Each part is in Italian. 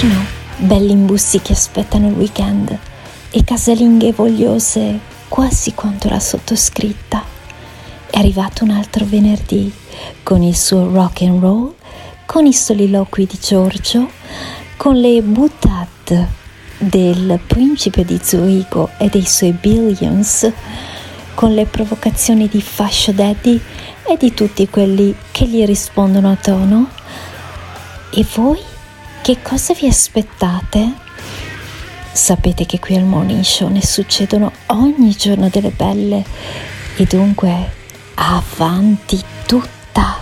vicino belli imbussi che aspettano il weekend e casalinghe vogliose quasi quanto la sottoscritta. È arrivato un altro venerdì con il suo rock and roll, con i soliloqui di Giorgio, con le buttate del principe di Zurigo e dei suoi billions, con le provocazioni di Fascio Daddy e di tutti quelli che gli rispondono a tono. E voi che cosa vi aspettate? Sapete che qui al Morning Show ne succedono ogni giorno delle belle e dunque avanti tutta!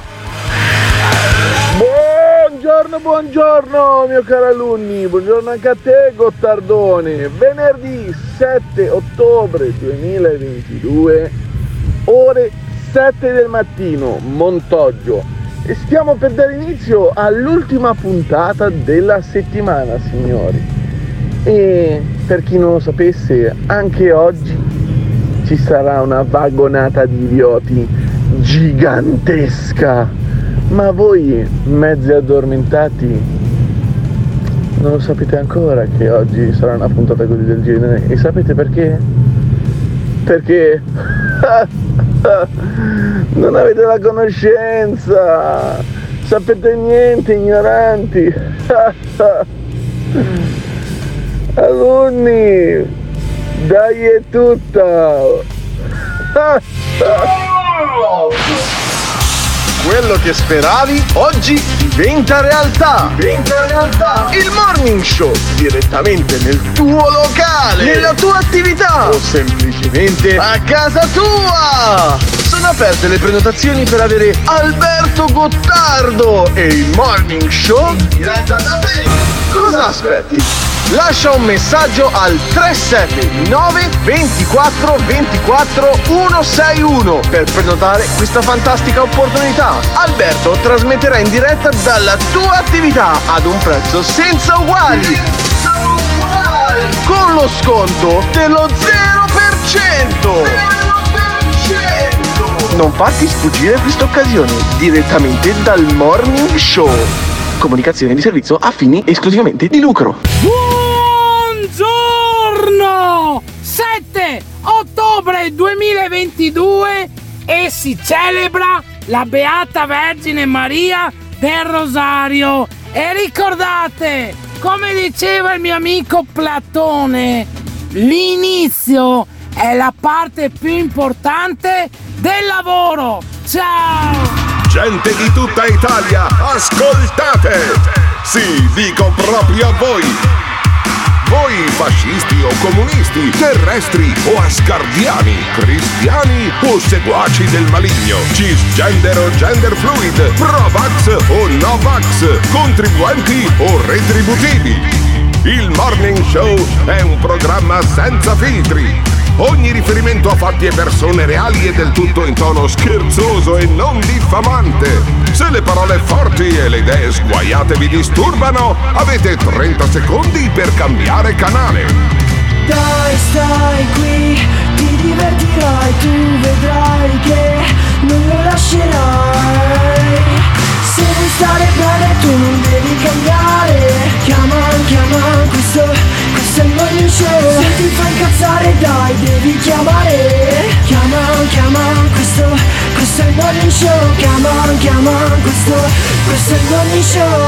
Buongiorno mio caro alunni, buongiorno anche a te Gottardone. Venerdì 7 ottobre 2022, ore 7 del mattino, Montoggio, e stiamo per dare inizio all'ultima puntata della settimana, signori. E per chi non lo sapesse, anche oggi ci sarà una vagonata di idioti gigantesca. Ma voi, mezzi addormentati, non lo sapete ancora che oggi sarà una puntata così del genere. E sapete perché? Perché non avete la conoscenza, sapete niente, ignoranti. Alunni, dai è tutta. Quello che speravi oggi diventa realtà. Il Morning Show direttamente nel tuo locale, nella tua attività o semplicemente a casa tua. Sono aperte le prenotazioni per avere Alberto Gottardo e il Morning Show in diretta da te. Cosa aspetti? Lascia un messaggio al 379 24 24 161 per prenotare questa fantastica opportunità. Alberto trasmetterà in diretta dalla tua attività ad un prezzo senza uguali. Con lo sconto dello 0%. Non farti sfuggire questa occasione direttamente dal Morning Show. Comunicazione di servizio a fini esclusivamente di lucro. Buongiorno! 7 ottobre 2022 e si celebra la Beata Vergine Maria del Rosario. E ricordate, come diceva il mio amico Platone, l'inizio è la parte più importante del lavoro. Ciao! Gente di tutta Italia, ascoltate! Sì, dico proprio a voi! Voi fascisti o comunisti, terrestri o asgardiani, cristiani o seguaci del maligno, cisgender o gender fluid, pro-vax o no-vax, contribuenti o retributivi. Il Morning Show è un programma senza filtri. Ogni riferimento a fatti e persone reali è del tutto in tono scherzoso e non diffamante. Se le parole forti e le idee sguaiate vi disturbano, avete 30 secondi per cambiare canale. Dai, stai qui, ti divertirai, tu vedrai che non lo lascerai. Se vuoi stare bene tu non devi cambiare. Chiama, questo è il Morning Show. Se ti fa incazzare dai, devi chiamare. Chiama, questo è il Morning Show. Chiama, questo è il Morning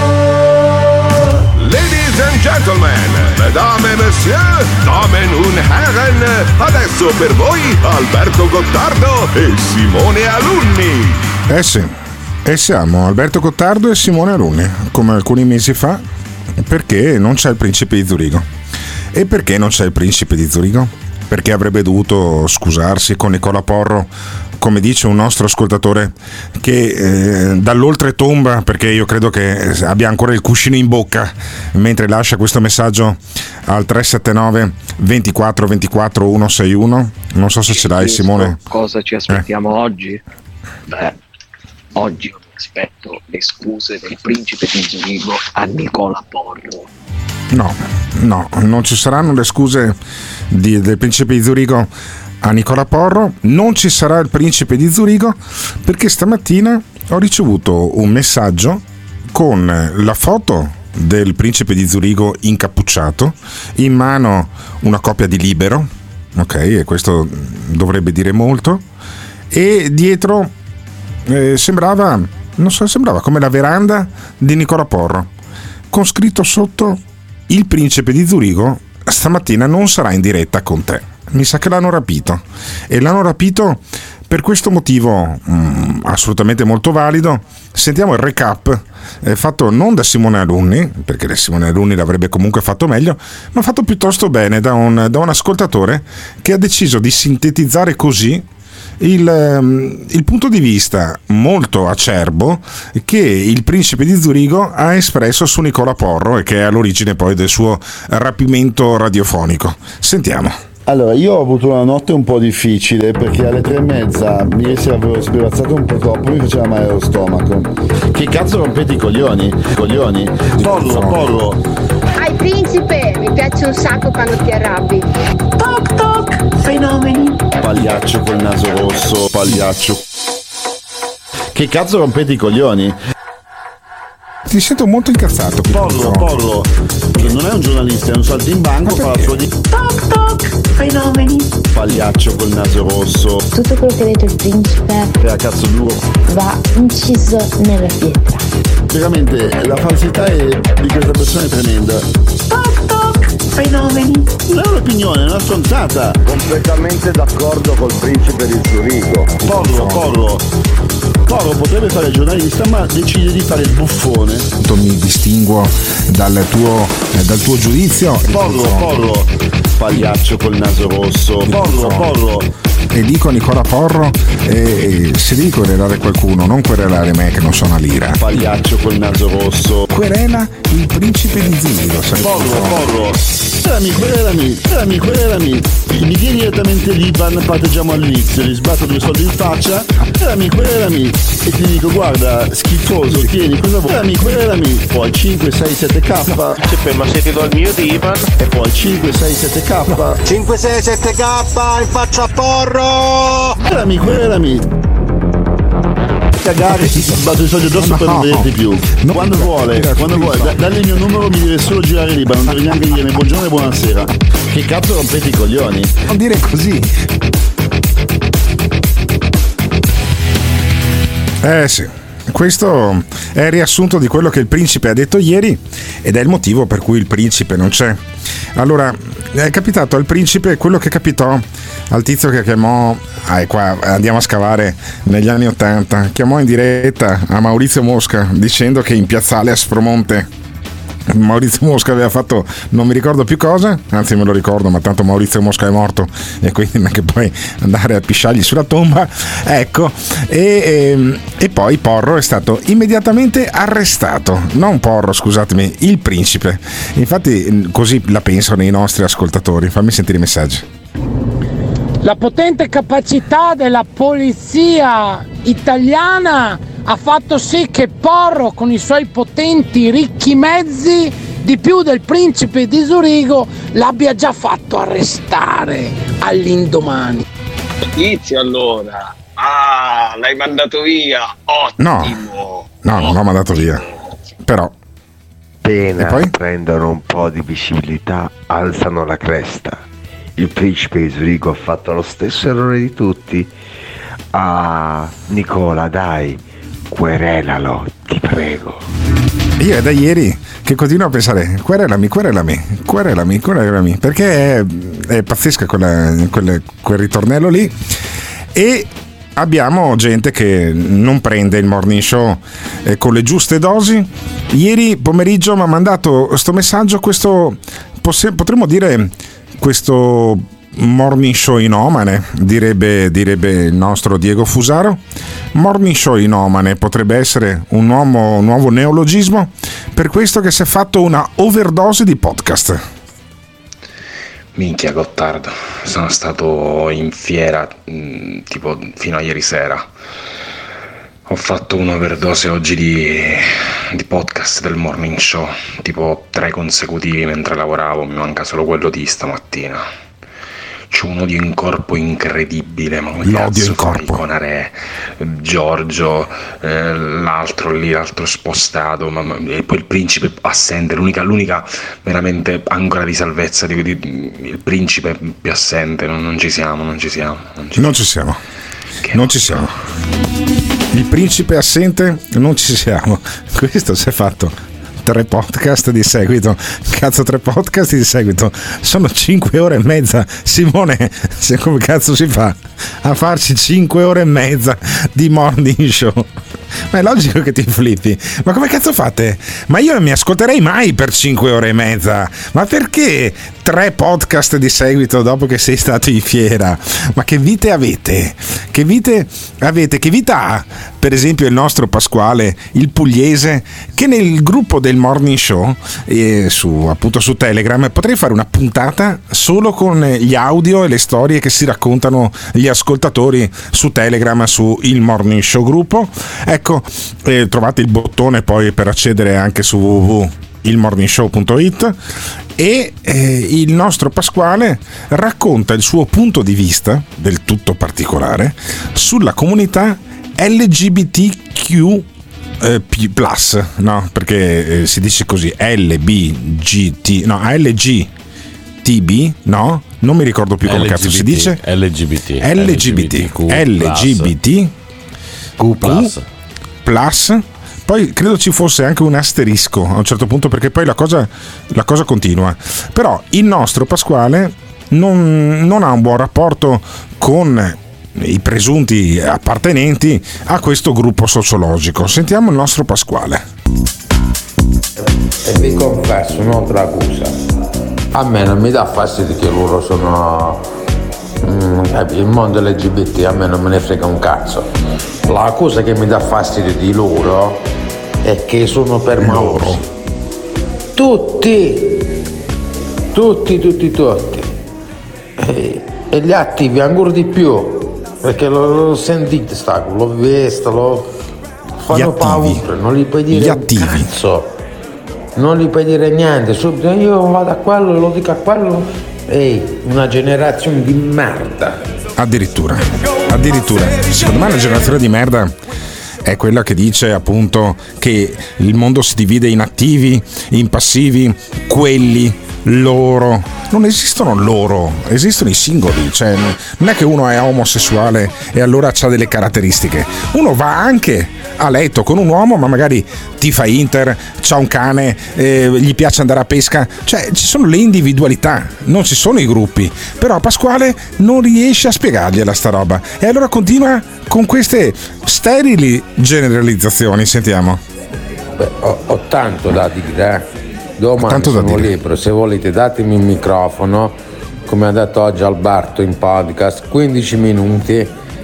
Show. Ladies and gentlemen, mesdames et messieurs, damen und herren, adesso per voi Alberto Gottardo e Simone Alunni. Sì, e siamo Alberto Gottardo e Simone Alunni, come alcuni mesi fa, perché non c'è il principe di Zurigo. E perché non c'è il principe di Zurigo? Perché avrebbe dovuto scusarsi con Nicola Porro, come dice un nostro ascoltatore, che dall'oltretomba, perché io credo che abbia ancora il cuscino in bocca mentre lascia questo messaggio al 379 24 24 161. Non so se ce l'hai, Simone. Cosa ci aspettiamo oggi? Beh, oggi aspetto le scuse del principe di Zurigo a Nicola Porro. No, non ci saranno le scuse del principe di Zurigo a Nicola Porro, non ci sarà il principe di Zurigo, perché stamattina ho ricevuto un messaggio con la foto del principe di Zurigo incappucciato, in mano una copia di Libero, ok, e questo dovrebbe dire molto, e dietro sembrava come la veranda di Nicola Porro, con scritto sotto: il principe di Zurigo stamattina non sarà in diretta con te. Mi sa che l'hanno rapito, e l'hanno rapito per questo motivo assolutamente molto valido. Sentiamo il recap fatto non da Simone Alunni, perché Simone Alunni l'avrebbe comunque fatto meglio, ma fatto piuttosto bene da un ascoltatore che ha deciso di sintetizzare così il punto di vista molto acerbo che il principe di Zurigo ha espresso su Nicola Porro, e che è all'origine poi del suo rapimento radiofonico. Sentiamo. Allora, io ho avuto una notte un po' difficile, perché alle 3:30 ieri sera avevo spirazzato un po' troppo, mi faceva male lo stomaco. Che cazzo rompete i coglioni? Porro. Ai principe, mi piace un sacco quando ti arrabbi. Toc toc, fenomeni. Pagliaccio col naso rosso, pagliaccio. Che cazzo rompete i coglioni? Ti sento molto incazzato. Porro. Non è un giornalista, è un saltimbanco, fa la sua di... Toc toc, fenomeni. Pagliaccio col naso rosso. Tutto quello che ha detto il principe È a cazzo duro. va inciso nella pietra. Veramente, la falsità di questa persona è tremenda. Toc toc, fenomeni. Non è un'opinione, è una stronzata. Completamente d'accordo col principe di Zurigo. Porro potrebbe fare il giornalista, ma decide di fare il buffone. Mi distinguo dal tuo giudizio. Porro. Pagliaccio col naso rosso. Porro. E dico a Nicola Porro, se devi querelare qualcuno, non querelare me che non sono a lira. Pagliaccio col naso rosso. Querela il principe di Zurigo. Porro. Querelami. Mi tieni direttamente l'Iban, parteggiamo all'inizio, gli sbatto 2 soldi in faccia. Querelami. E ti dico: guarda, schifoso, tieni, cosa vuoi? Querelami. Poi 5, 6, 7k. Ma se ti do il mio di Ivan? E poi 5, 6, 7k. 5, 6, 7k in faccia a Porro! Querelami. Cagare, ti sbatto i soldi addosso per non vederti più. Quando vuole, dagli il mio numero, mi deve solo girare l'Iban, non deve neanche dirmi buongiorno e buonasera. Che cazzo rompete i coglioni? Non dire così. Sì. Questo è il riassunto di quello che il principe ha detto ieri, ed è il motivo per cui il principe non c'è. Allora, è capitato al principe quello che capitò al tizio che chiamò, qua andiamo a scavare negli anni '80, chiamò in diretta a Maurizio Mosca dicendo che in piazzale a Spromonte Maurizio Mosca aveva fatto non mi ricordo più cosa, anzi me lo ricordo, ma tanto Maurizio Mosca è morto e quindi non è che puoi andare a pisciargli sulla tomba, ecco. E poi Porro è stato immediatamente arrestato, non Porro, scusatemi, il principe. Infatti così la pensano i nostri ascoltatori. Fammi sentire i messaggi. La potente capacità della polizia italiana ha fatto sì che Porro, con i suoi potenti ricchi mezzi, di più del principe di Zurigo, l'abbia già fatto arrestare all'indomani. Inizia allora. L'hai mandato via. Ottimo. No, non l'ho mandato via. Però appena prendono un po' di visibilità, alzano la cresta. Il principe di Zurigo ha fatto lo stesso errore di tutti. Nicola, dai, querelalo, ti prego. Io è da ieri che continuo a pensare: querelami, perché è pazzesca quel ritornello lì. E abbiamo gente che non prende il morning show con le giuste dosi. Ieri pomeriggio mi ha mandato sto messaggio, questo potremmo dire questo morning show inomane, direbbe il nostro Diego Fusaro. Morning show inomane potrebbe essere un nuovo neologismo per questo che si è fatto una overdose di podcast. Minchia Gottardo, sono stato in fiera tipo fino a ieri sera. Ho fatto un'overdose oggi di podcast del morning show, tipo 3 consecutivi mentre lavoravo, mi manca solo quello di stamattina. c'ho un odio in corpo incredibile, ma come l'odio cazzo in corpo fai con Are, Giorgio, l'altro spostato, e poi il principe assente, l'unica veramente ancora di salvezza il principe più assente. Non ci siamo. Il principe assente, non ci siamo. Questo si è fatto 3 podcast di seguito. Cazzo, 3 podcast di seguito sono 5 ore e mezza. Simone, come cazzo si fa a farci 5 ore e mezza di morning show? Ma è logico che ti flippi. Ma come cazzo fate? Ma io non mi ascolterei mai per 5 ore e mezza. Ma perché 3 podcast di seguito dopo che sei stato in fiera? Ma che vite avete? Che vita ha, per esempio, il nostro Pasquale, il pugliese, che nel gruppo del morning show su Telegram potrei fare una puntata solo con gli audio e le storie che si raccontano gli ascoltatori su Telegram, su il morning show gruppo. Ecco, trovate il bottone poi per accedere anche su www.ilmorningshow.it, e il nostro Pasquale racconta il suo punto di vista del tutto particolare sulla comunità LGBTQ plus, no? Perché si dice così, LGTB, no? Non mi ricordo più come cazzo si dice. LGBT plus. Poi credo ci fosse anche un asterisco a un certo punto, perché poi la cosa continua. Però il nostro Pasquale non ha un buon rapporto con i presunti appartenenti a questo gruppo sociologico. Sentiamo il nostro Pasquale. E vi confesso un'altra cosa: a me non mi dà fastidio che loro sono il mondo LGBT, a me non me ne frega un cazzo. La cosa che mi dà fastidio di loro è che sono permalosi. Tutti. E gli attivi ancora di più, perché lo sentite, l'ho visto, lo fanno paura, non gli puoi dire un cazzo, non gli puoi dire niente. Subito io vado a quello, lo dico a quello. Ehi, una generazione di merda. Addirittura. Secondo me la generazione di merda è quella che dice appunto che il mondo si divide in attivi, in passivi, quelli, loro. Non esistono loro, esistono i singoli. Cioè, non è che uno è omosessuale e allora ha delle caratteristiche. Uno va anche a letto con un uomo, ma magari tifa Inter, c'ha un cane, gli piace andare a pesca. Cioè, ci sono le individualità, non ci sono i gruppi. Però Pasquale non riesce a spiegargliela sta roba, e allora continua con queste sterili generalizzazioni. Sentiamo. Beh, ho tanto da dire, Domani sono libero, se volete datemi il microfono, come ha detto oggi Alberto in podcast, 15 minuti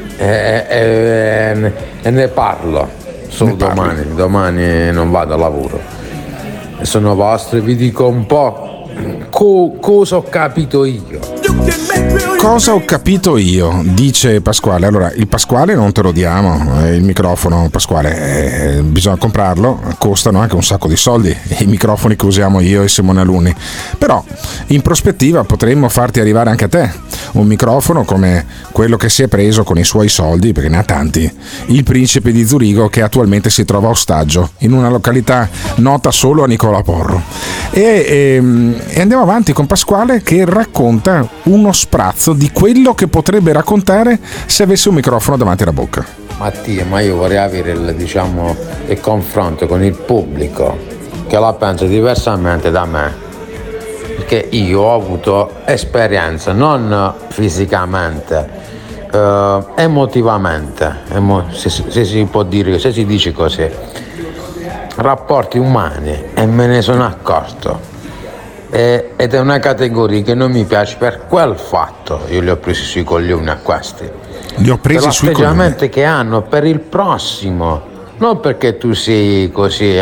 e ne parlo. Solo domani non vado a lavoro. Sono vostri, vi dico un po' cosa ho capito io. Cosa ho capito io, dice Pasquale. Allora, il Pasquale non te lo diamo, il microfono Pasquale, bisogna comprarlo, costano anche un sacco di soldi i microfoni che usiamo io e Simone Alunni. Però in prospettiva potremmo farti arrivare anche a te un microfono come quello che si è preso con i suoi soldi, perché ne ha tanti, il principe di Zurigo, che attualmente si trova ostaggio in una località nota solo a Nicola Porro. E andiamo avanti con Pasquale, che racconta uno sprazzo di quello che potrebbe raccontare se avesse un microfono davanti alla bocca. Mattia, ma io vorrei avere il confronto con il pubblico che la pensa diversamente da me, perché io ho avuto esperienza non fisicamente, emotivamente, se si può dire, se si dice così, rapporti umani, e me ne sono accorto. Ed è una categoria che non mi piace per quel fatto. Io li ho presi sui coglioni a questi. Li ho presi sui coglioni. Per l'atteggiamento che hanno per il prossimo, non perché tu sei così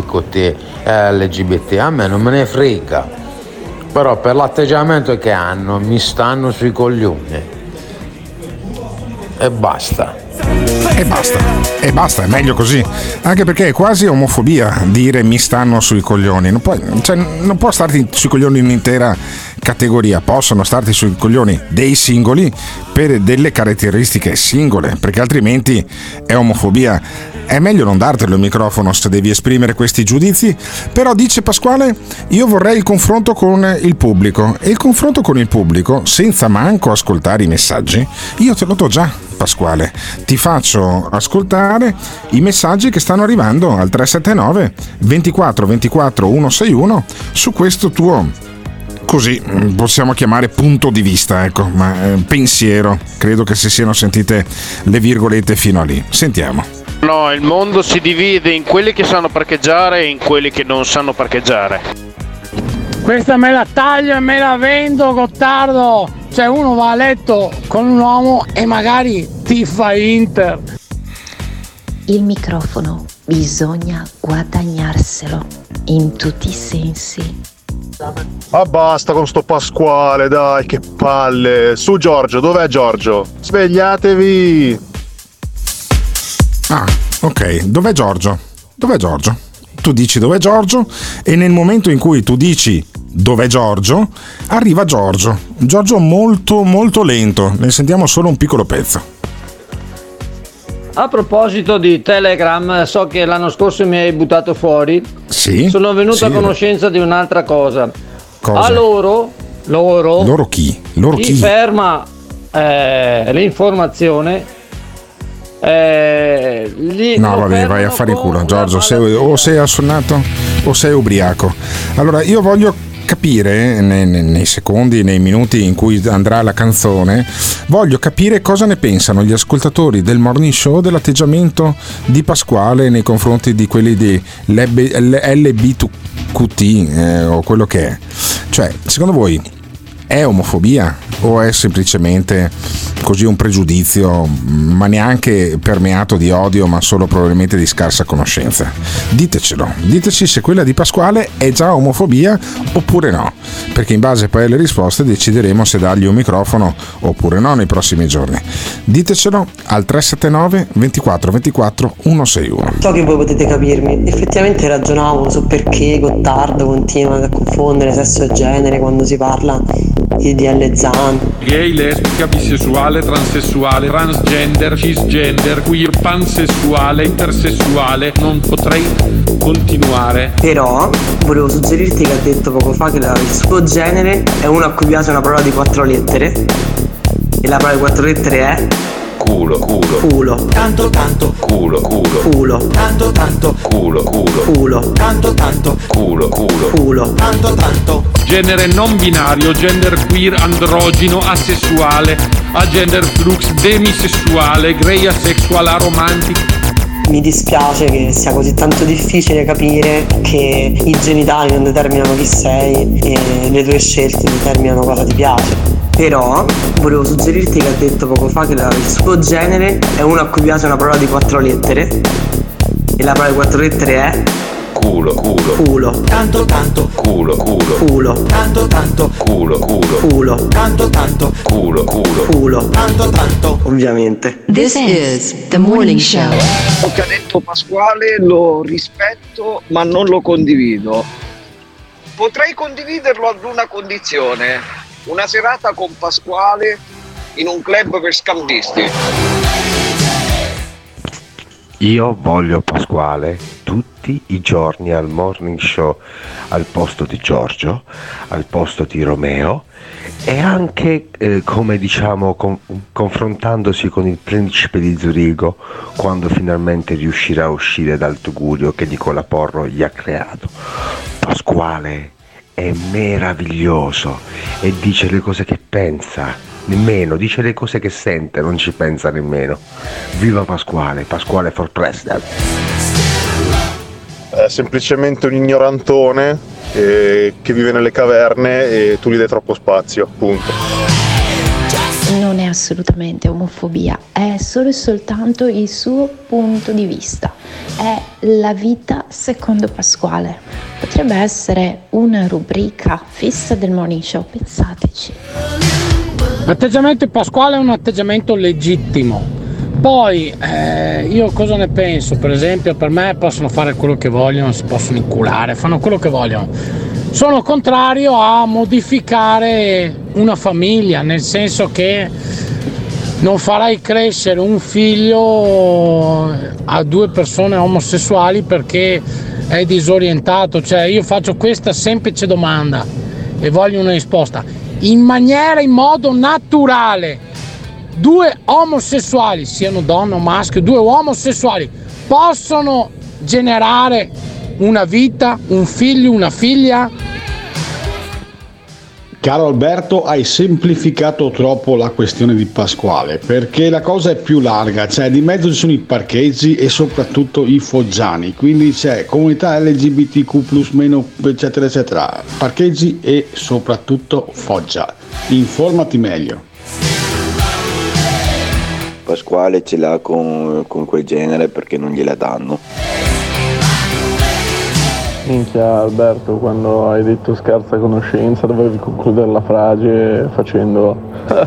LGBT, a me non me ne frega. Però per l'atteggiamento che hanno mi stanno sui coglioni. E basta. E basta, è meglio così, anche perché è quasi omofobia dire mi stanno sui coglioni. Non può starti sui coglioni un'intera categoria possono starti sui coglioni dei singoli per delle caratteristiche singole, perché altrimenti è omofobia. È meglio non dartelo il microfono se devi esprimere questi giudizi. Però dice Pasquale, io vorrei il confronto con il pubblico, e il confronto con il pubblico senza manco ascoltare i messaggi io te lo do già, Pasquale. Ti faccio ascoltare i messaggi che stanno arrivando al 379 24 24 161 su questo tuo, così possiamo chiamare punto di vista, ecco, ma pensiero. Credo che si siano sentite le virgolette fino a lì. Sentiamo. No, il mondo si divide in quelli che sanno parcheggiare e in quelli che non sanno parcheggiare. Questa me la taglio e me la vendo, Gottardo. Cioè, uno va a letto con un uomo e magari tifa Inter. Il microfono bisogna guadagnarselo in tutti i sensi. Ma basta con sto Pasquale, dai, che palle. Su Giorgio, dov'è Giorgio? Svegliatevi. Ah, ok, dov'è Giorgio? Dov'è Giorgio? Tu dici dov'è Giorgio e nel momento in cui tu dici dov'è Giorgio, arriva Giorgio. Giorgio molto molto lento, ne sentiamo solo un piccolo pezzo. A proposito di Telegram, so che l'anno scorso mi hai buttato fuori. Sì. Sono venuto a conoscenza di un'altra cosa. Cosa? A loro chi? Loro chi? Ferma l'informazione. No, vabbè, vai a fare il culo, Giorgio. O sei assonnato o sei ubriaco. Allora, io voglio capire nei secondi, nei minuti in cui andrà la canzone, voglio capire cosa ne pensano gli ascoltatori del Morning Show dell'atteggiamento di Pasquale nei confronti di quelli di LGBTQT o quello che è. Cioè, secondo voi è omofobia o è semplicemente così un pregiudizio, ma neanche permeato di odio, ma solo probabilmente di scarsa conoscenza? Diteci se quella di Pasquale è già omofobia oppure no, perché in base poi alle risposte decideremo se dargli un microfono oppure no nei prossimi giorni. Ditecelo al 379 24 24 161. So che voi potete capirmi, effettivamente ragionavo su perché Gottardo continua a confondere sesso e genere quando si parla di DDL Zan. Gay, lesbica, bisessuale, transessuale, transgender, cisgender, queer, pansessuale, intersessuale, non potrei continuare. Però volevo suggerirti che ha detto poco fa che il suo genere è uno a cui piace una parola di 4 lettere e la parola di 4 lettere è culo. Tanto Culo. Tanto Culo. Tanto Culo. Tanto Genere non binario, gender queer, androgino, asessuale, agender flux, demisessuale, grey asexual, aromantic. Mi dispiace che sia così tanto difficile capire che i genitali non determinano chi sei e le tue scelte determinano cosa ti piace. Però volevo suggerirti che ha detto poco fa che il suo genere è uno a cui piace una parola di 4 lettere e la parola di 4 lettere è culo. Tanto Culo. Tanto Culo. Tanto ovviamente. This is the morning show. Quello che ha detto Pasquale lo rispetto ma non lo condivido. Potrei condividerlo ad una condizione: una serata con Pasquale in un club per scambisti. Io voglio Pasquale tutti i giorni al morning show al posto di Giorgio, al posto di Romeo e anche come diciamo confrontandosi con il principe di Zurigo quando finalmente riuscirà a uscire dal tugurio che Nicola Porro gli ha creato. Pasquale è meraviglioso e dice le cose che pensa. Nemmeno, dice le cose che sente, non ci pensa nemmeno. Viva Pasquale for president. È semplicemente un ignorantone che vive nelle caverne e tu gli dai troppo spazio, punto. Non è assolutamente omofobia, è solo e soltanto il suo punto di vista. È la vita secondo Pasquale. Potrebbe essere una rubrica fissa del morning show, pensateci. L'atteggiamento di Pasquale è un atteggiamento legittimo. Poi io cosa ne penso? Per esempio, per me possono fare quello che vogliono, si possono inculare, fanno quello che vogliono. sono contrario a modificare una famiglia, nel senso che non farai crescere un figlio a due persone omosessuali perché è disorientato. Cioè, io faccio questa semplice domanda e voglio una risposta in modo naturale. Due omosessuali, siano donna o maschio, due omosessuali possono generare una vita, un figlio, una figlia? Caro Alberto, hai semplificato troppo la questione di Pasquale, perché la cosa è più larga, cioè di mezzo ci sono i parcheggi e soprattutto i foggiani, quindi c'è comunità LGBTQ+, meno, eccetera eccetera, parcheggi e soprattutto Foggia. Informati meglio. Pasquale ce l'ha con quel genere perché non gliela danno. Minchia Alberto, quando hai detto scarsa conoscenza dovevi concludere la frase facendo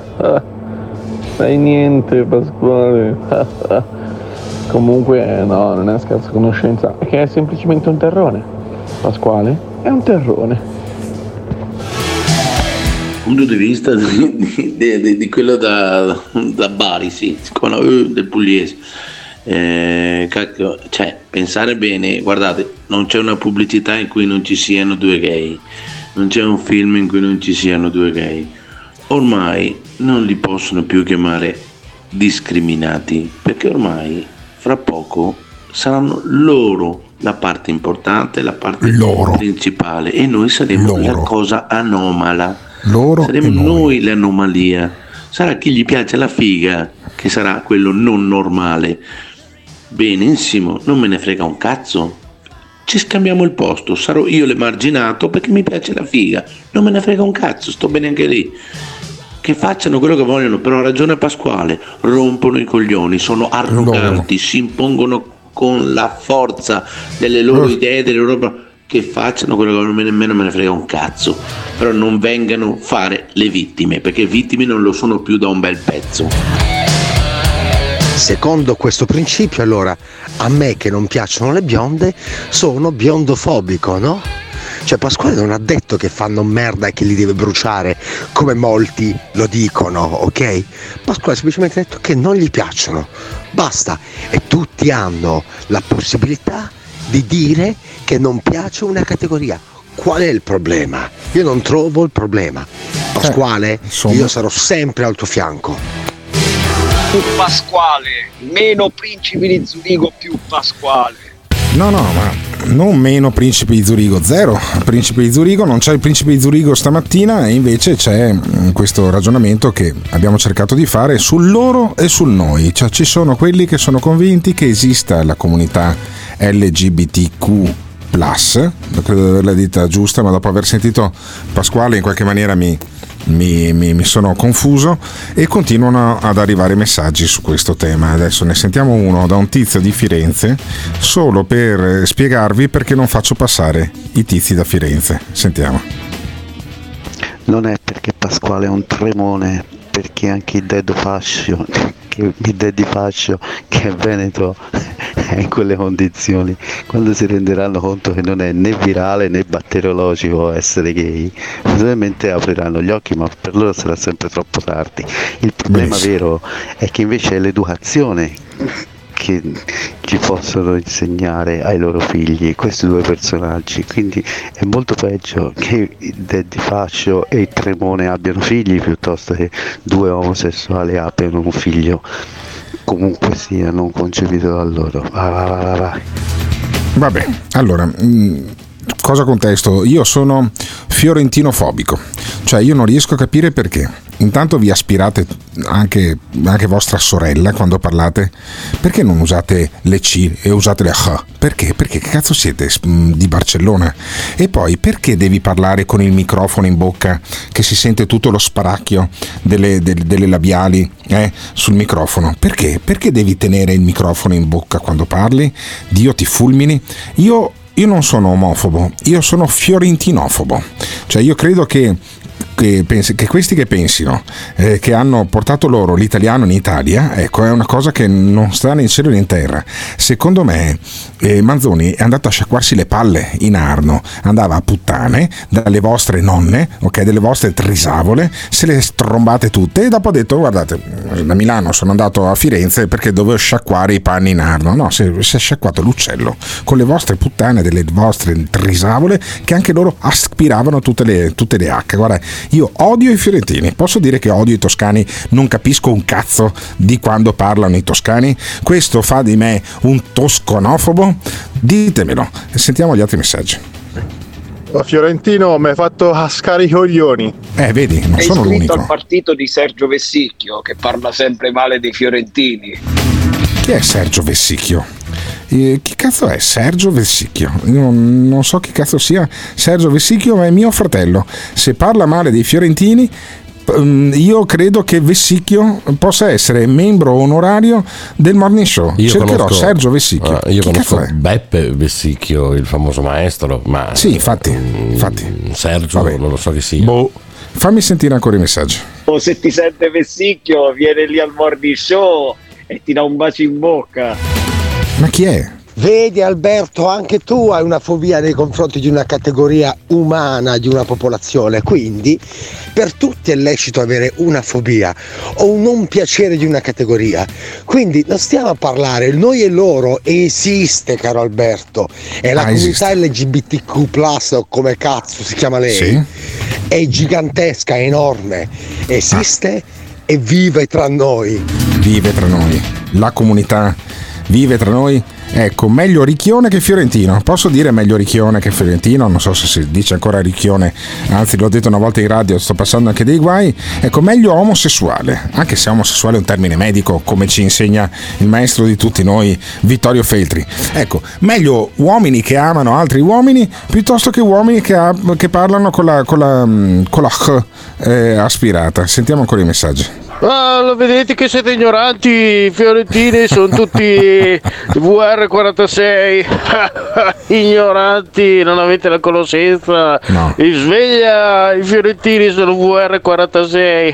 sai niente Pasquale. Comunque no, non è scarsa conoscenza, è che è semplicemente un terrone. Pasquale è un terrone. Punto di vista di quello da Bari, sì, del pugliese. Cioè, pensare bene, guardate, non c'è una pubblicità in cui non ci siano due gay, non c'è un film in cui non ci siano due gay. Ormai non li possono più chiamare discriminati, perché ormai fra poco saranno loro la parte importante, la parte principale, e noi saremo la cosa anomala. Saremo noi l'anomalia. Sarà chi gli piace la figa che sarà quello non normale. Benissimo, non me ne frega un cazzo. Ci scambiamo il posto, sarò io l'emarginato perché mi piace la figa. Non me ne frega un cazzo, sto bene anche lì. Che facciano quello che vogliono, però ha ragione Pasquale, rompono i coglioni, sono arroganti, si impongono con la forza delle loro idee, delle loro... Che facciano quello che vogliono, nemmeno me ne frega un cazzo. Però non vengano fare le vittime, perché vittime non lo sono più da un bel pezzo. Secondo questo principio, allora, a me che non piacciono le bionde, sono biondofobico, no? Cioè Pasquale non ha detto che fanno merda e che li deve bruciare, come molti lo dicono, ok? Pasquale ha semplicemente detto che non gli piacciono, basta. E tutti hanno la possibilità di dire che non piace una categoria. Qual è il problema? Io non trovo il problema. Pasquale, io sarò sempre al tuo fianco. Più Pasquale, meno Principi di Zurigo, più Pasquale. No, ma non meno Principe di Zurigo, zero Principe di Zurigo, non c'è il Principe di Zurigo stamattina, e invece c'è questo ragionamento che abbiamo cercato di fare sul loro e sul noi. Cioè ci sono quelli che sono convinti che esista la comunità LGBTQ+, credo di averla detta giusta, ma dopo aver sentito Pasquale in qualche maniera mi sono confuso, e continuano ad arrivare messaggi su questo tema. Adesso ne sentiamo uno da un tizio di Firenze, solo per spiegarvi perché non faccio passare i tizi da Firenze. Sentiamo. Non è perché Pasquale è un tremone, perché anche il Deddo Fascio, che è veneto, è in quelle condizioni. Quando si renderanno conto che non è né virale né batteriologico essere gay, probabilmente apriranno gli occhi, ma per loro sarà sempre troppo tardi. Il problema vero è che invece è l'educazione che ci possono insegnare ai loro figli questi due personaggi, quindi è molto peggio che il Daddy Fascio e il Tremone abbiano figli piuttosto che due omosessuali abbiano un figlio, comunque sia non concepito da loro. Va. Vabbè, allora, cosa contesto? Io sono fiorentinofobico, cioè io non riesco a capire perché. Intanto vi aspirate anche vostra sorella quando parlate, perché non usate le C e usate le H? Perché? Perché che cazzo siete di Barcellona? E poi perché devi parlare con il microfono in bocca, che si sente tutto lo sparacchio delle labiali sul microfono? Perché? Perché devi tenere il microfono in bocca quando parli? Dio ti fulmini. Io non sono omofobo, io sono fiorentinofobo, cioè io credo che questi che pensino che hanno portato loro l'italiano in Italia, ecco, è una cosa che non sta né in cielo né in terra. Secondo me Manzoni è andato a sciacquarsi le palle in Arno, andava a puttane dalle vostre nonne, ok, delle vostre trisavole, se le strombate tutte, e dopo ha detto: guardate, da Milano sono andato a Firenze perché dovevo sciacquare i panni in Arno. No, si è sciacquato l'uccello con le vostre puttane delle vostre trisavole, che anche loro aspiravano tutte le H. Guarda, io odio i fiorentini, posso dire che odio i toscani, non capisco un cazzo di quando parlano i toscani. Questo fa di me un toscanofobo? Ditemelo e sentiamo gli altri messaggi. Fiorentino mi hai fatto cascare i coglioni. Vedi, non sono l'unico. È iscritto al partito di Sergio Vessicchio, che parla sempre male dei fiorentini. Chi è Sergio Vessicchio? Chi cazzo è Sergio Vessicchio? Io non so chi cazzo sia Sergio Vessicchio, ma è mio fratello. Se parla male dei fiorentini, io credo che Vessicchio possa essere membro onorario del Morning Show. Cercherò Sergio Vessicchio. Io conosco Beppe Vessicchio, il famoso maestro, ma sì, infatti. Sergio, vabbè, non lo so chi sia. Fammi sentire ancora i messaggi. Se ti sente Vessicchio, viene lì al Morning Show e ti dà un bacio in bocca. Ma chi è? Vedi Alberto, anche tu hai una fobia nei confronti di una categoria umana, di una popolazione, quindi per tutti è lecito avere una fobia o un non piacere di una categoria, quindi non stiamo a parlare, il noi e loro esiste, caro Alberto, e la comunità LGBTQ+, o come cazzo si chiama lei, sì, è gigantesca, è enorme, esiste e vive tra noi. Vive tra noi, la comunità vive tra noi. Ecco, meglio Ricchione che Fiorentino. Posso dire meglio Ricchione che Fiorentino? Non so se si dice ancora Ricchione, anzi l'ho detto una volta in radio, sto passando anche dei guai. Ecco, meglio omosessuale, anche se omosessuale è un termine medico, come ci insegna il maestro di tutti noi, Vittorio Feltri. Ecco, meglio uomini che amano altri uomini piuttosto che uomini che parlano con la H aspirata. Sentiamo ancora i messaggi. Ah, lo vedete che siete ignoranti, i fiorentini sono tutti VR46. Ignoranti, non avete la conoscenza. No. Sveglia, i fiorentini sono VR46.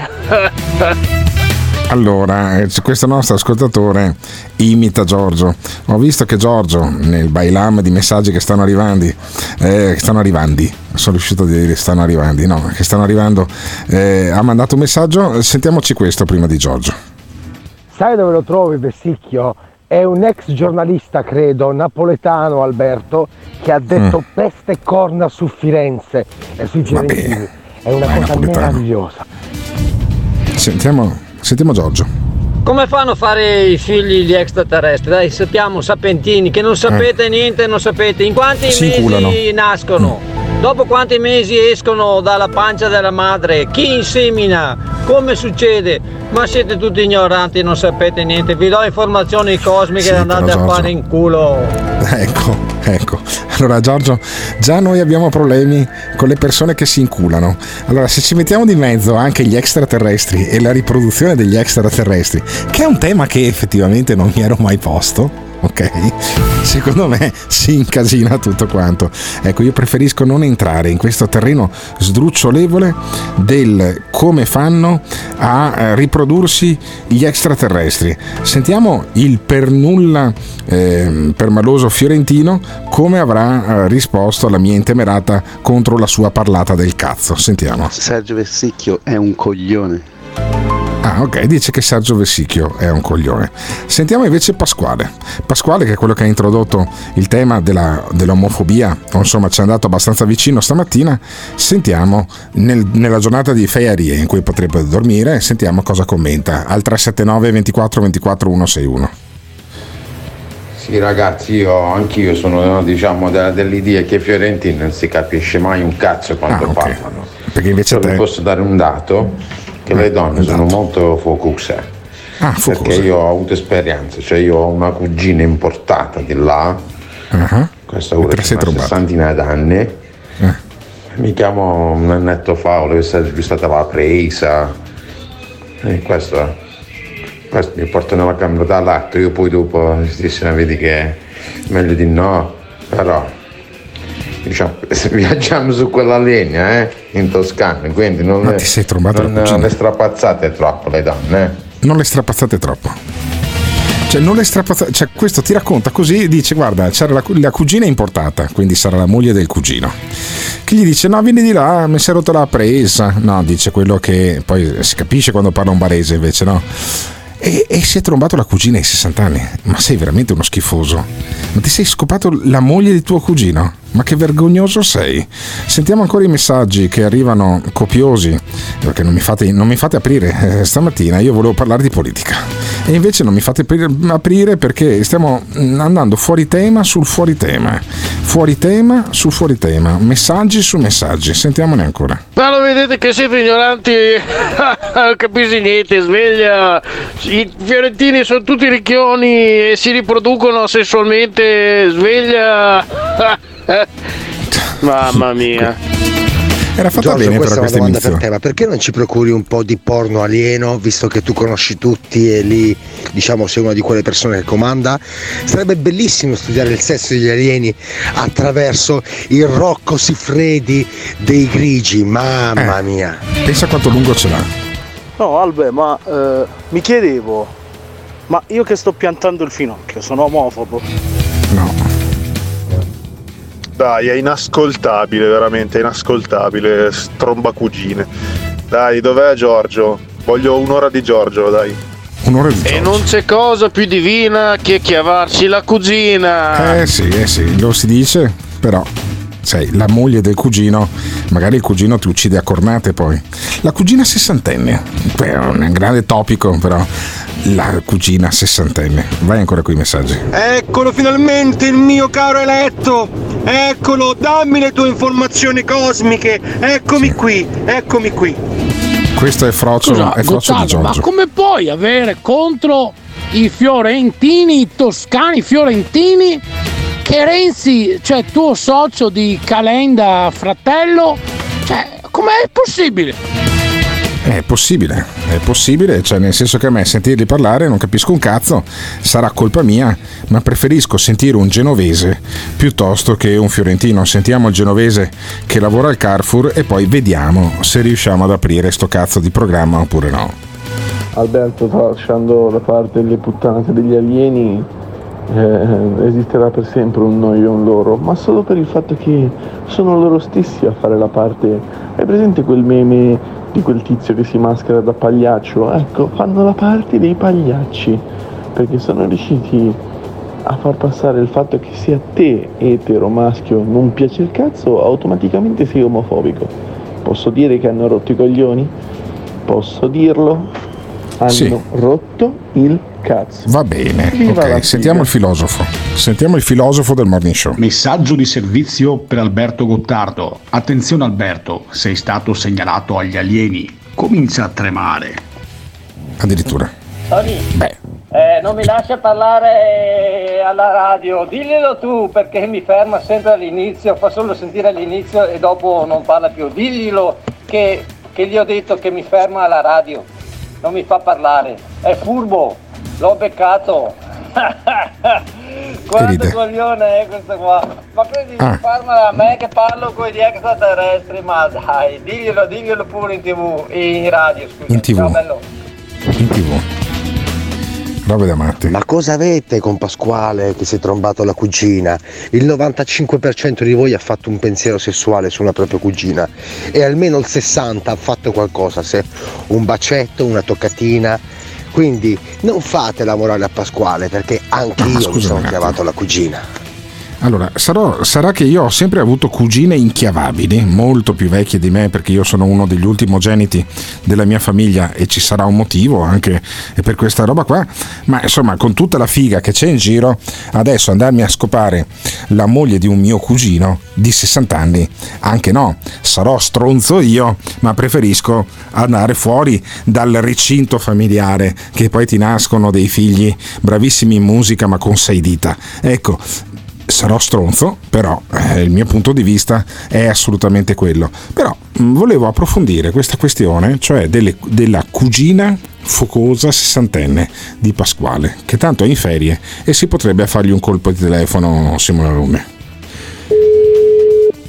Allora, questo nostro ascoltatore imita Giorgio. Ho visto che Giorgio, nel bailam di messaggi che stanno arrivando, sono riuscito a dire stanno arrivando, ha mandato un messaggio. Sentiamoci questo prima di Giorgio. Sai dove lo trovi Vessicchio? È un ex giornalista, credo, napoletano, Alberto, che ha detto peste e corna su Firenze e sui fiorentini. È una cosa napoletano, meravigliosa. Sentiamo Giorgio. Come fanno a fare i figli gli extraterrestri? Dai, sappiamo, sapentini, che non sapete niente, non sapete in quanti mesi nascono, dopo quanti mesi escono dalla pancia della madre, chi insemina, come succede? Ma siete tutti ignoranti, non sapete niente, vi do informazioni cosmiche e andate a fare in culo. Ecco, allora Giorgio, già noi abbiamo problemi con le persone che si inculano. Allora, se ci mettiamo di mezzo anche gli extraterrestri e la riproduzione degli extraterrestri, che è un tema che effettivamente non mi ero mai posto, ok? Secondo me si incasina tutto quanto. Ecco, io preferisco non entrare in questo terreno sdrucciolevole del come fanno a riprodursi gli extraterrestri. Sentiamo il per nulla permaloso fiorentino come avrà risposto alla mia intemerata contro la sua parlata del cazzo. Sentiamo. Sergio Vessicchio è un coglione. Ah, ok, dice che Sergio Vessicchio è un coglione. Sentiamo invece Pasquale, che è quello che ha introdotto il tema dell'omofobia, o insomma ci è andato abbastanza vicino stamattina. Sentiamo, nella giornata di ferie in cui potrebbe dormire, sentiamo cosa commenta al 379 24 24 161. Sì ragazzi, anch'io sono dell'idea che i fiorentini non si capisce mai un cazzo quando parlano. Perché invece vi posso dare un dato, che le donne sono molto focuse, perché io ho avuto esperienza, cioè io ho una cugina importata di là, questa ora c'è una sessantina d'anni, mi chiamo un annetto fa, volevo essere stata la presa, e questo mi porta nella camera da letto, io poi dopo vedi che è meglio di no, però diciamo, viaggiamo su quella linea, in Toscana, quindi non ti sei trombato la cugina? Non le strapazzate troppo le donne, Non le strapazzate troppo. Cioè, non le strapazzate, cioè, questo ti racconta così, dice guarda, c'era la cugina importata, quindi sarà la moglie del cugino, che gli dice no, vieni di là, mi si è rotta la presa, no, dice quello che poi si capisce quando parla un barese invece, no? E si è trombato la cugina ai 60 anni. Ma sei veramente uno schifoso. Ma ti sei scopato la moglie di tuo cugino? Ma che vergognoso sei. Sentiamo ancora i messaggi che arrivano copiosi, perché non mi fate aprire stamattina. Io volevo parlare di politica e invece non mi fate aprire perché stiamo andando fuori tema sul fuori tema, fuori tema sul fuori tema, messaggi su messaggi. Sentiamone ancora. Ma lo vedete che siete ignoranti? Non capisci niente, sveglia. I fiorentini sono tutti ricchioni e si riproducono sessualmente, sveglia. Mamma mia. Era fatta Giorgio, bene, questa però è una domanda inizio. per te, ma perché non ci procuri un po' di porno alieno, visto che tu conosci tutti e lì, diciamo, sei una di quelle persone che comanda? Sarebbe bellissimo studiare il sesso degli alieni attraverso il Rocco Siffredi dei grigi, mamma mia. Pensa quanto lungo ce l'ha. No, Albe, ma mi chiedevo, ma io che sto piantando il finocchio, sono omofobo? No. Dai, è inascoltabile, veramente inascoltabile, strombacugine. Dai, dov'è Giorgio? Voglio un'ora di Giorgio, dai. Un'ora di Giorgio. E non c'è cosa più divina che chiavarci la cugina. Sì, lo si dice, però sai, la moglie del cugino, magari il cugino ti uccide a cornate poi. La cugina sessantenne, è un grande topico, però la cugina sessantenne. Vai ancora con i messaggi. Eccolo finalmente il mio caro eletto, eccolo, dammi le tue informazioni cosmiche, eccomi qui. Questo è Frocio, Scusa, è Frocio di Gottardo, ma Giorgio. come puoi avere contro i fiorentini, i toscani fiorentini, che Renzi, cioè tuo socio di Calenda fratello, cioè com'è possibile? È possibile, cioè nel senso che a me sentirli parlare non capisco un cazzo, sarà colpa mia, ma preferisco sentire un genovese piuttosto che un fiorentino. Sentiamo il genovese che lavora al Carrefour e poi vediamo se riusciamo ad aprire sto cazzo di programma oppure no. Alberto, lasciando da parte le puttanate degli alieni, esisterà per sempre un noi e un loro, ma solo per il fatto che sono loro stessi a fare la parte. Hai presente quel meme di quel tizio che si maschera da pagliaccio? Ecco, fanno la parte dei pagliacci, perché sono riusciti a far passare il fatto che se a te, etero maschio, non piace il cazzo, automaticamente sei omofobico. Posso dire che hanno rotto i coglioni? Posso dirlo? Hanno rotto il cazzo. Va bene, Viva la ok, sentiamo il filosofo. Sentiamo il filosofo del Morning Show. Messaggio di servizio per Alberto Gottardo. Attenzione Alberto, sei stato segnalato agli alieni. Comincia a tremare. Addirittura. Tony, non mi lascia parlare alla radio, diglielo tu perché mi ferma sempre all'inizio, fa solo sentire all'inizio e dopo non parla più. Diglielo che gli ho detto che mi ferma alla radio, non mi fa parlare, è furbo, l'ho beccato. Quanto coglione è questo qua? Ma credi che parla a me che parlo con gli extraterrestri? Ma dai, diglielo pure in TV, in radio, scusa. In TV. Ciao, bello. In TV. Robe da matti. Ma cosa avete con Pasquale che si è trombato la cugina? Il 95% di voi ha fatto un pensiero sessuale su una propria cugina e almeno il 60% ha fatto qualcosa, se un bacetto, una toccatina. Quindi non fate la morale a Pasquale, perché anche io mi sono chiamato la cugina. Allora, sarà che io ho sempre avuto cugine inchiavabili, molto più vecchie di me, perché io sono uno degli ultimogeniti della mia famiglia e ci sarà un motivo anche per questa roba qua, ma insomma con tutta la figa che c'è in giro, adesso andarmi a scopare la moglie di un mio cugino di 60 anni, anche no, sarò stronzo io, ma preferisco andare fuori dal recinto familiare, che poi ti nascono dei figli bravissimi in musica ma con 6 dita, ecco. Sarò stronzo, però il mio punto di vista è assolutamente quello. Però volevo approfondire questa questione, cioè della cugina focosa sessantenne di Pasquale, che tanto è in ferie e si potrebbe fargli un colpo di telefono Simone Lume.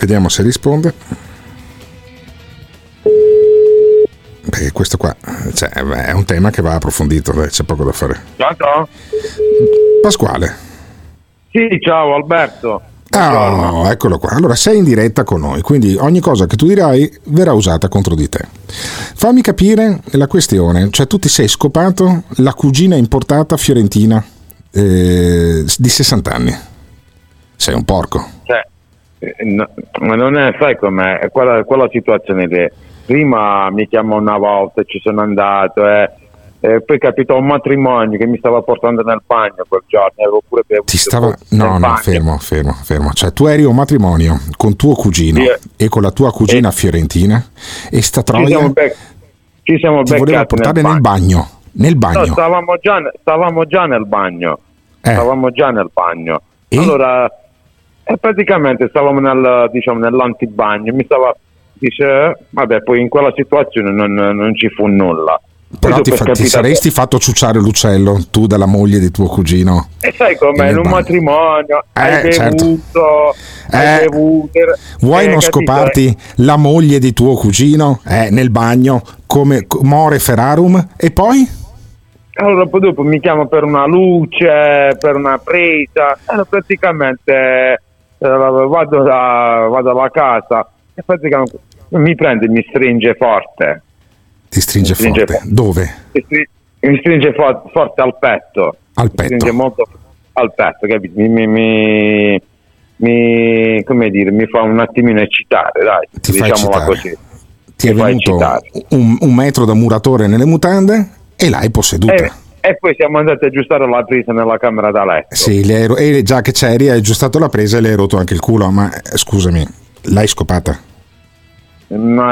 Vediamo se risponde. Beh, questo qua, cioè, è un tema che va approfondito, c'è poco da fare. Pronto? Pasquale. Sì, ciao Alberto. Ah, eccolo qua. Allora, sei in diretta con noi, quindi ogni cosa che tu dirai verrà usata contro di te. Fammi capire la questione, cioè tu ti sei scopato la cugina importata fiorentina di 60 anni. Sei un porco. Ma non è, sai com'è, è quella situazione lì. Prima mi chiamò una volta, ci sono andato poi capitò un matrimonio che mi stava portando nel bagno quel giorno, avevo pure bevuto. No, fermo. Cioè tu eri a un matrimonio con tuo cugino e con la tua cugina fiorentina e sta troia ci siamo ti voleva portare nel bagno. No, stavamo già nel bagno. Stavamo già nel bagno. Allora praticamente stavamo nell'antibagno, vabbè, poi in quella situazione non ci fu nulla. Però ti saresti fatto ciucciare l'uccello tu dalla moglie di tuo cugino. E sai com'è, in un matrimonio hai bevuto, vuoi non scoparti la moglie di tuo cugino nel bagno come more ferarum e poi? Allora poi dopo mi chiamo per una luce, per una presa, praticamente vado alla casa e praticamente mi prende e mi stringe forte. Ti stringe forte? Dove? Mi stringe forte al petto. Al petto? Mi stringe molto al petto, capito? Mi fa un attimino eccitare, dai. Diciamola così. Ti è venuto un metro da muratore nelle mutande e l'hai posseduta. E poi siamo andati a aggiustare la presa nella camera da letto. Sì, e già che c'eri hai aggiustato la presa e le hai rotto anche il culo, ma scusami, l'hai scopata? Ma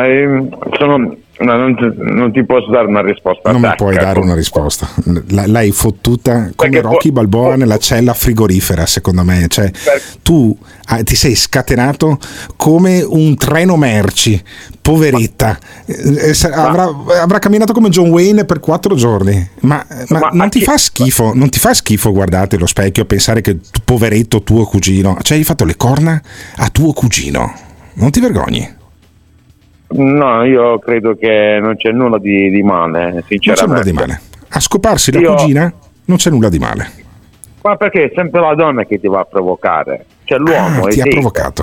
non ti posso dare una risposta. Non mi puoi dare una risposta. L'hai fottuta come Rocky Balboa nella cella frigorifera, secondo me. Cioè, tu ti sei scatenato come un treno merci, poveretta. Avrà camminato come John Wayne per 4 giorni. Ma non ti fa schifo? Non ti fa schifo guardarti allo specchio e pensare che poveretto tuo cugino, cioè hai fatto le corna a tuo cugino? Non ti vergogni? No, io credo che non c'è nulla di male, sinceramente. Non c'è nulla di male. A scoparsi la cugina non c'è nulla di male. Ma perché è sempre la donna che ti va a provocare? Cioè l'uomo ti ha provocato.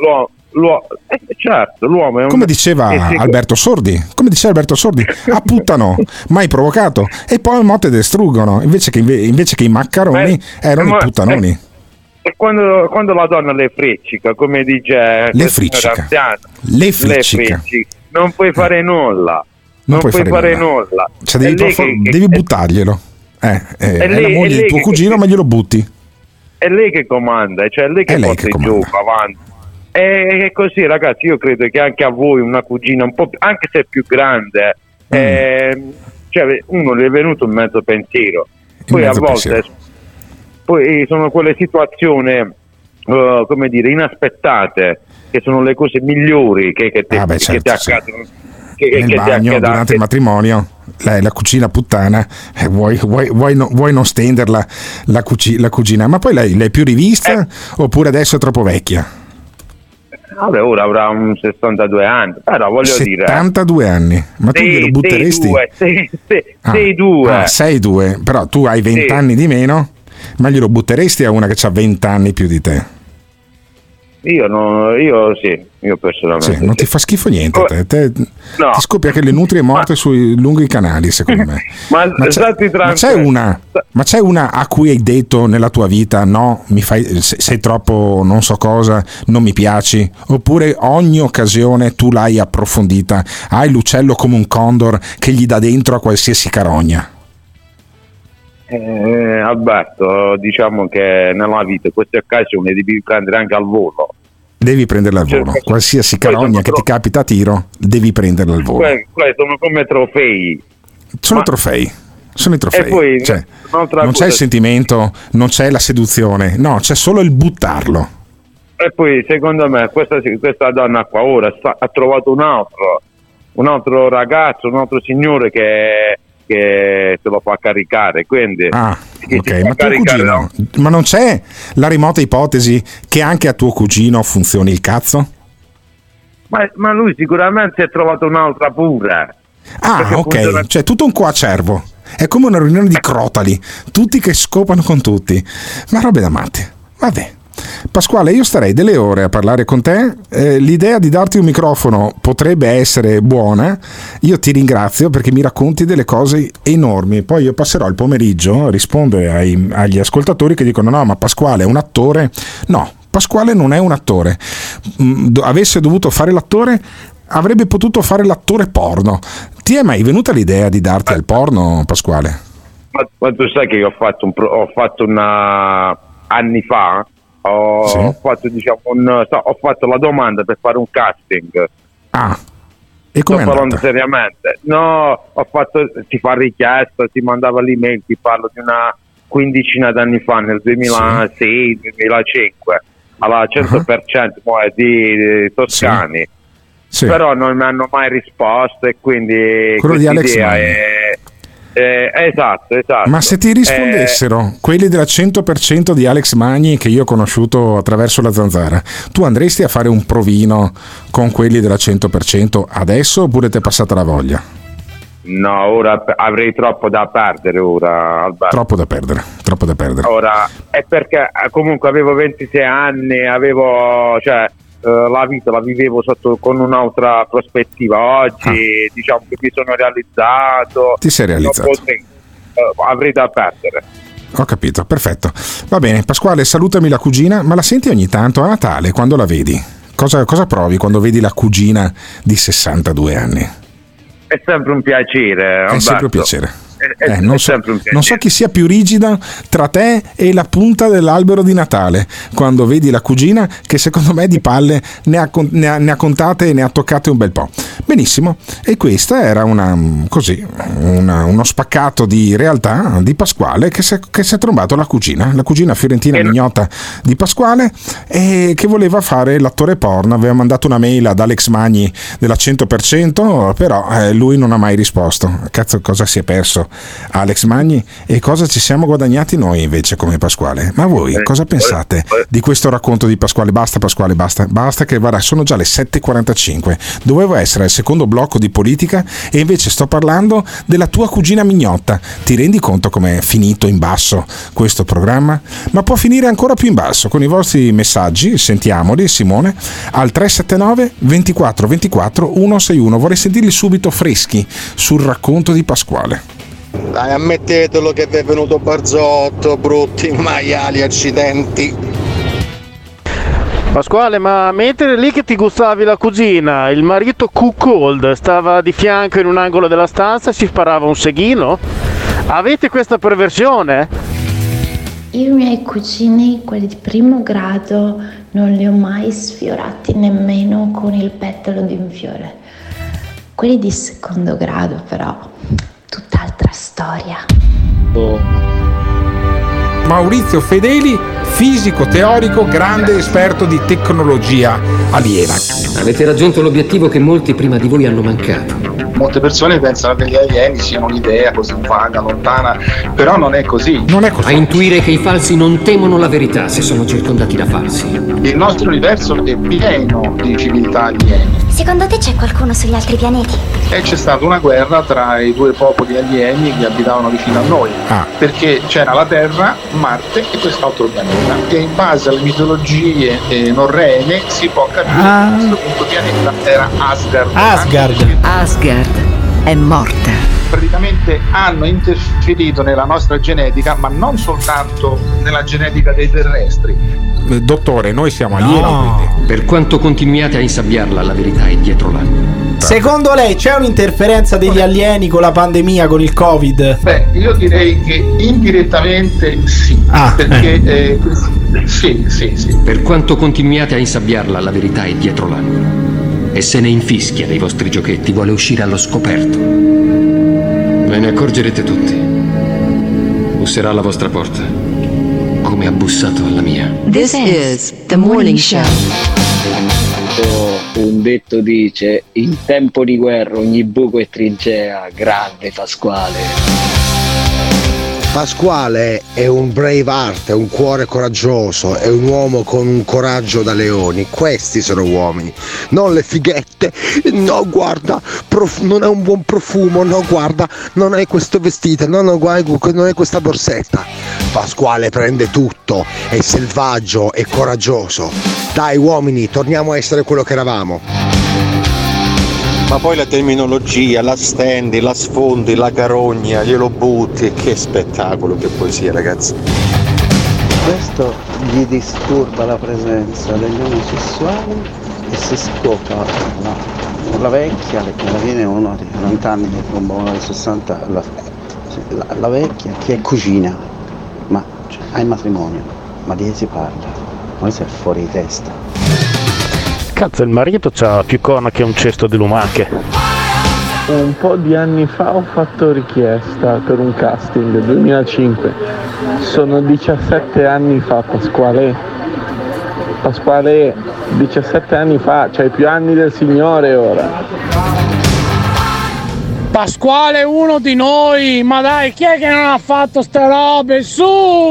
Certo, l'uomo è un... Come diceva Alberto Sordi, apputtano, mai provocato, e poi mo te distruggono, invece che i maccaroni erano i puttanoni. E quando la donna le friccica, come dice le friccica, non puoi fare nulla. Non puoi fare nulla. Cioè devi buttarglielo. È la moglie di tuo cugino, ma glielo butti. È lei che comanda, cioè è lei che porta giù, avanti. E così, ragazzi, io credo che anche a voi una cugina un po', anche se è più grande, cioè uno le è venuto un mezzo pensiero. Poi a volte poi sono quelle situazioni come dire inaspettate, che sono le cose migliori che ti accadono nel bagno durante il matrimonio. La cucina puttana, vuoi non stenderla la cugina, ma poi l'hai più rivista oppure adesso è troppo vecchia? Vabbè, ora avrà un 62 anni, però voglio 72 anni, ma tu glielo butteresti? Sei due, però tu hai 20 anni di meno. Ma glielo butteresti a una che ha 20 anni più di te? Io personalmente. Sì, non ti fa schifo niente a te. No. Ti scoppia che le nutrie morte sui lunghi canali, secondo me. ma c'è una a cui hai detto nella tua vita no, sei troppo non so cosa, non mi piaci? Oppure ogni occasione tu l'hai approfondita, hai l'uccello come un condor che gli dà dentro a qualsiasi carogna? Alberto, diciamo che nella vita queste occasioni devi prendere anche al volo. Devi prenderla al volo, qualsiasi carogna che ti capita a tiro devi prenderla al volo. Quelli sono come trofei. Sono i trofei. E poi, cioè, non c'è il sentimento, non c'è la seduzione, no, c'è solo il buttarlo. E poi secondo me questa donna qua ora ha trovato un altro ragazzo, un altro signore che se lo fa caricare, quindi ok, ma tuo cugino, ma non c'è la remota ipotesi che anche a tuo cugino funzioni il cazzo? Ma lui sicuramente si è trovato un'altra pure. Ah, ok, cioè tutto un coacervo. È come una riunione di crotali, tutti che scopano con tutti. Ma robe da matti. Vabbè. Pasquale, io starei delle ore a parlare con te. L'idea di darti un microfono potrebbe essere buona. Io ti ringrazio perché mi racconti delle cose enormi. Poi io passerò il pomeriggio a rispondere agli ascoltatori che dicono: no, ma Pasquale è un attore. No, Pasquale non è un attore. Avesse dovuto fare l'attore, avrebbe potuto fare l'attore porno. Ti è mai venuta l'idea di darti al porno, Pasquale? Ma tu sai che io ho fatto anni fa. Ho fatto ho fatto la domanda per fare un casting. Ah, e come sto parlando seriamente? No, si fa richiesta, si mandava l'email, ti parlo di una quindicina d'anni fa, nel 2006-2005, alla 100% di toscani. Sì. Però non mi hanno mai risposto e quindi quello di Alex Magni. Esatto. Ma se ti rispondessero quelli della 100% di Alex Magni, che io ho conosciuto attraverso la Zanzara, tu andresti a fare un provino con quelli della 100% adesso oppure ti è passata la voglia? No, ora avrei troppo da perdere Alberto. Troppo da perdere. Ora è perché comunque avevo 26 anni, la vita la vivevo con un'altra prospettiva. Oggi diciamo che mi sono realizzato. Ti sei realizzato? Avrei da perdere. Ho capito, perfetto. Va bene, Pasquale, salutami la cugina, ma la senti ogni tanto a Natale quando la vedi? Cosa provi quando vedi la cugina di 62 anni? È sempre un piacere, Alberto. È sempre un piacere. Non so chi sia più rigido tra te e la punta dell'albero di Natale quando vedi la cugina, che secondo me di palle ne ha contate e ne ha toccate un bel po'. Benissimo, e questa era uno spaccato di realtà di Pasquale che si è trombato la cugina fiorentina mignotta di Pasquale, e che voleva fare l'attore porno. Aveva mandato una mail ad Alex Magni della 100%, però lui non ha mai risposto. Cazzo, cosa si è perso Alex Magni e cosa ci siamo guadagnati noi invece come Pasquale? Ma voi cosa pensate di questo racconto di Pasquale? Basta Pasquale, basta che sono già le 7:45, dovevo essere al secondo blocco di politica e invece sto parlando della tua cugina mignotta. Ti rendi conto com'è finito in basso questo programma? Ma può finire ancora più in basso con i vostri messaggi, sentiamoli Simone, al 379 24 24 161. Vorrei sentirli subito freschi sul racconto di Pasquale. Dai, ammettetelo che vi è venuto Barzotto, brutti maiali accidenti. Pasquale, ma mentre lì che ti gustavi la cugina, il marito Cold stava di fianco in un angolo della stanza e si sparava un seghino? Avete questa perversione? Io i miei cugini, quelli di primo grado, non li ho mai sfiorati nemmeno con il petalo di un fiore. Quelli di secondo grado però, tutt'altra storia. Maurizio Fedeli, fisico teorico, grande esperto di tecnologia aliena. Avete raggiunto l'obiettivo che molti prima di voi hanno mancato. Molte persone pensano che gli alieni siano un'idea così vaga, lontana, però non è così. A intuire che i falsi non temono la verità se sono circondati da falsi. Il nostro universo è pieno di civiltà alieni. Secondo te c'è qualcuno sugli altri pianeti? E c'è stata una guerra tra i due popoli alieni che abitavano vicino a noi, perché c'era la Terra, Marte e quest'altro pianeta. E in base alle mitologie norrene si può capire che questo pianeta era Asgard. Asgard è morta. Praticamente hanno interferito nella nostra genetica, ma non soltanto nella genetica dei terrestri. Dottore, noi siamo alieni. Per quanto continuiate a insabbiarla, la verità è dietro l'angolo. Secondo lei c'è un'interferenza degli alieni con la pandemia, con il Covid? Beh, io direi che indirettamente sì. Perché sì. Per quanto continuiate a insabbiarla, la verità è dietro l'angolo. E se ne infischia dei vostri giochetti, vuole uscire allo scoperto. Ve ne accorgerete tutti. Busserà alla vostra porta, come ha bussato alla mia. This is the morning show. Un detto dice: in tempo di guerra ogni buco è trincea. Grande Pasquale. Pasquale è un brave heart, è un cuore coraggioso, è un uomo con un coraggio da leoni. Questi sono uomini, non le fighette. No, guarda, non è un buon profumo, no, guarda, non hai questo vestito, no, non hai questa borsetta. Pasquale prende tutto, è selvaggio, è coraggioso. Dai uomini, torniamo a essere quello che eravamo. Ma poi la terminologia, la stendi, la sfondi, la carogna, glielo butti, che spettacolo, che poesia, ragazzi. Questo gli disturba la presenza degli omosessuali e si scopa la vecchia, perché alla fine uno di 90 anni, uno di 60, la vecchia che cucina, ma cioè, hai matrimonio, ma di che si parla? Ma sei fuori di testa. Cazzo, il marito c'ha più corna che un cesto di lumache. Un po' di anni fa ho fatto richiesta per un casting del 2005. Sono 17 anni fa, Pasquale. Pasquale, 17 anni fa, c'hai più anni del Signore ora. Pasquale è uno di noi, ma dai, chi è che non ha fatto ste robe? Su!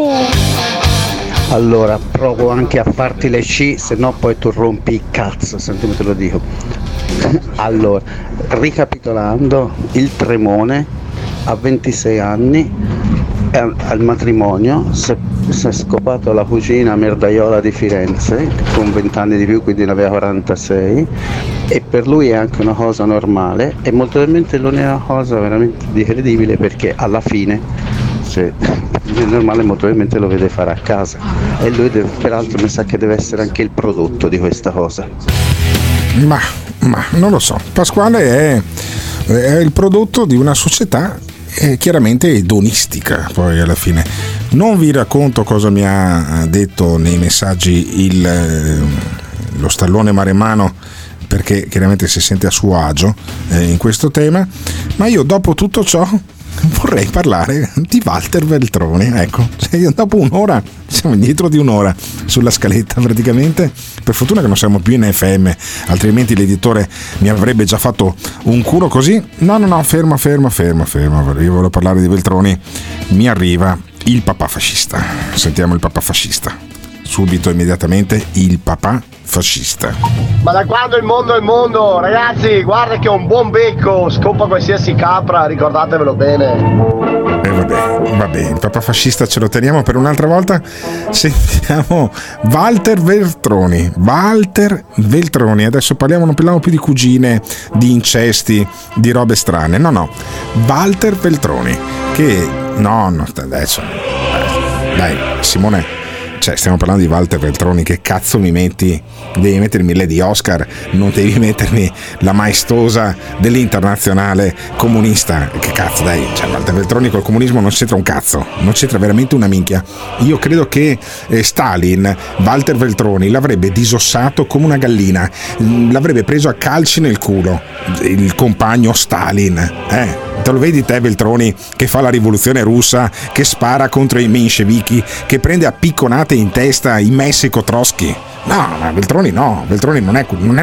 Allora, provo anche a farti le sci, se no poi tu rompi il cazzo, sentimi te lo dico. Allora, ricapitolando, il Tremone a 26 anni al matrimonio si è scopato la cucina merdaiola di Firenze con 20 anni di più, quindi ne aveva 46, e per lui è anche una cosa normale, e molto probabilmente non è una cosa veramente incredibile, perché alla fine se è normale molto probabilmente lo vede fare a casa, e lui peraltro mi sa che deve essere anche il prodotto di questa cosa. Ma non lo so, Pasquale è il prodotto di una società chiaramente edonistica. Poi alla fine non vi racconto cosa mi ha detto nei messaggi lo stallone maremmano, perché chiaramente si sente a suo agio in questo tema, ma io dopo tutto ciò vorrei parlare di Walter Veltroni. Ecco, dopo un'ora, siamo indietro di un'ora sulla scaletta praticamente. Per fortuna che non siamo più in FM, altrimenti l'editore mi avrebbe già fatto un culo così. No, ferma. Io volevo parlare di Veltroni. Mi arriva il papà fascista. Sentiamo il papà fascista. Subito, immediatamente, il papà fascista. Ma da quando il mondo è il mondo, ragazzi, guarda che un buon becco scopa qualsiasi capra, ricordatevelo bene. Vabbè, il papà fascista ce lo teniamo per un'altra volta. Sentiamo Walter Veltroni. Adesso non parliamo più di cugine, di incesti, di robe strane. No. Walter Veltroni, che no, adesso dai, Simone. Cioè, stiamo parlando di Walter Veltroni, che cazzo mi metti? Devi mettermi Lady Oscar, non devi mettermi la maestosa dell'Internazionale comunista. Che cazzo, dai, cioè, Walter Veltroni col comunismo non c'entra un cazzo, non c'entra veramente una minchia. Io credo che Stalin, Walter Veltroni, l'avrebbe disossato come una gallina, l'avrebbe preso a calci nel culo, il compagno Stalin, Te lo vedi te Veltroni che fa la rivoluzione russa, che spara contro i menscevichi, che prende a picconate in testa in Messico Trotsky? No, Veltroni non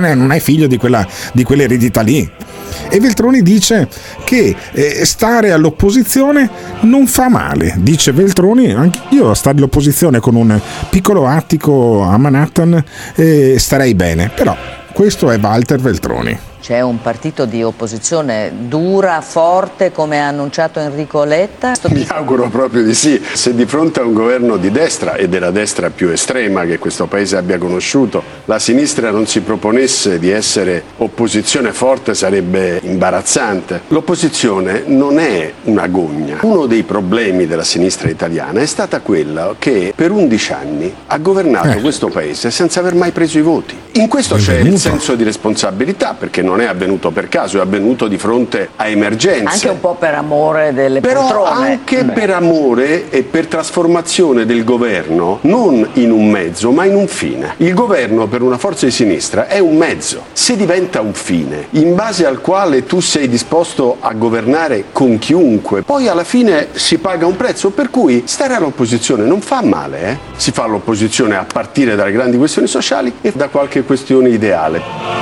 è figlio di quell'eredità lì. E Veltroni dice che stare all'opposizione non fa male. Dice Veltroni, anche io a stare all'opposizione con un piccolo attico a Manhattan starei bene. Però questo è Walter Veltroni. C'è un partito di opposizione dura, forte, come ha annunciato Enrico Letta? Mi auguro proprio di sì. Se di fronte a un governo di destra e della destra più estrema che questo paese abbia conosciuto, la sinistra non si proponesse di essere opposizione forte, sarebbe imbarazzante. L'opposizione non è una gogna. Uno dei problemi della sinistra italiana è stata quella che per 11 anni ha governato questo paese senza aver mai preso i voti. In questo c'è il senso di responsabilità, perché non è avvenuto per caso, è avvenuto di fronte a emergenze. Anche un po' per amore delle poltrone. Però anche per amore e per trasformazione del governo, non in un mezzo ma in un fine. Il governo per una forza di sinistra è un mezzo. Se diventa un fine, in base al quale tu sei disposto a governare con chiunque, poi alla fine si paga un prezzo, per cui stare all'opposizione non fa male. Si fa l'opposizione a partire dalle grandi questioni sociali e da qualche questione ideale.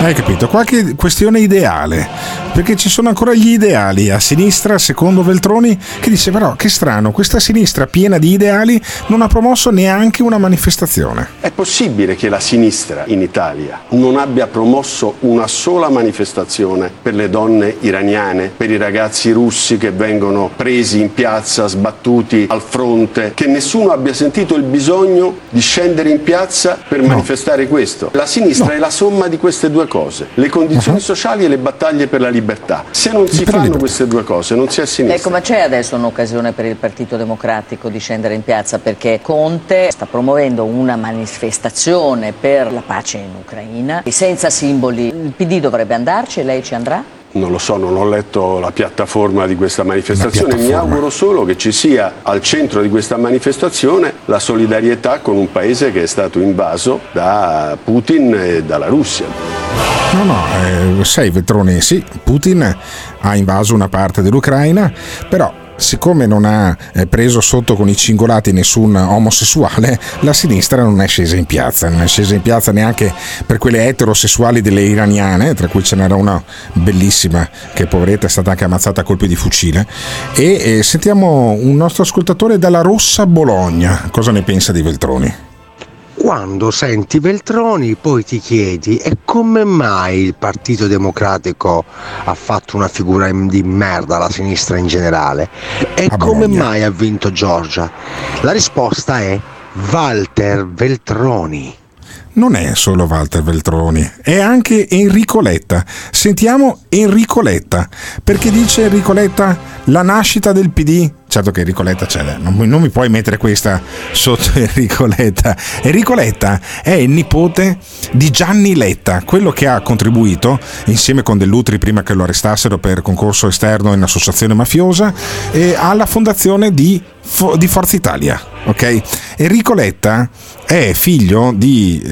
Hai capito? Qualche questione ideale, perché ci sono ancora gli ideali a sinistra, secondo Veltroni, che dice però che strano, questa sinistra piena di ideali non ha promosso neanche una manifestazione. È possibile che la sinistra in Italia non abbia promosso una sola manifestazione per le donne iraniane, per i ragazzi russi che vengono presi in piazza, sbattuti al fronte, che nessuno abbia sentito il bisogno di scendere in piazza per manifestare questo? La sinistra è la somma di queste due cose, le condizioni sociali e le battaglie per la libertà. Se non si fanno queste due cose non si è sinistra. Ecco, ma c'è adesso un'occasione per il Partito Democratico di scendere in piazza, perché Conte sta promuovendo una manifestazione per la pace in Ucraina e senza simboli. Il PD dovrebbe andarci e lei ci andrà? Non lo so, non ho letto la piattaforma di questa manifestazione, mi auguro solo che ci sia al centro di questa manifestazione la solidarietà con un paese che è stato invaso da Putin e dalla Russia. Sai Veltroni, sì, Putin ha invaso una parte dell'Ucraina, però siccome non ha preso sotto con i cingolati nessun omosessuale, la sinistra non è scesa in piazza, neanche per quelle eterosessuali delle iraniane, tra cui ce n'era una bellissima che poveretta è stata anche ammazzata a colpi di fucile. E sentiamo un nostro ascoltatore dalla Rossa Bologna, cosa ne pensa di Veltroni? Quando senti Veltroni poi ti chiedi e come mai il Partito Democratico ha fatto una figura di merda alla sinistra in generale e come mai ha vinto Giorgia? La risposta è Walter Veltroni. Non è solo Walter Veltroni, è anche Enrico Letta. Sentiamo Enrico Letta, perché dice Enrico Letta la nascita del PD. Certo che Enrico Letta c'è, non mi puoi mettere questa sotto Enrico Letta. Enrico Letta è il nipote di Gianni Letta, quello che ha contribuito insieme con Dell'Utri prima che lo arrestassero per concorso esterno in associazione mafiosa alla fondazione di Forza Italia. Ok? Enrico Letta è figlio di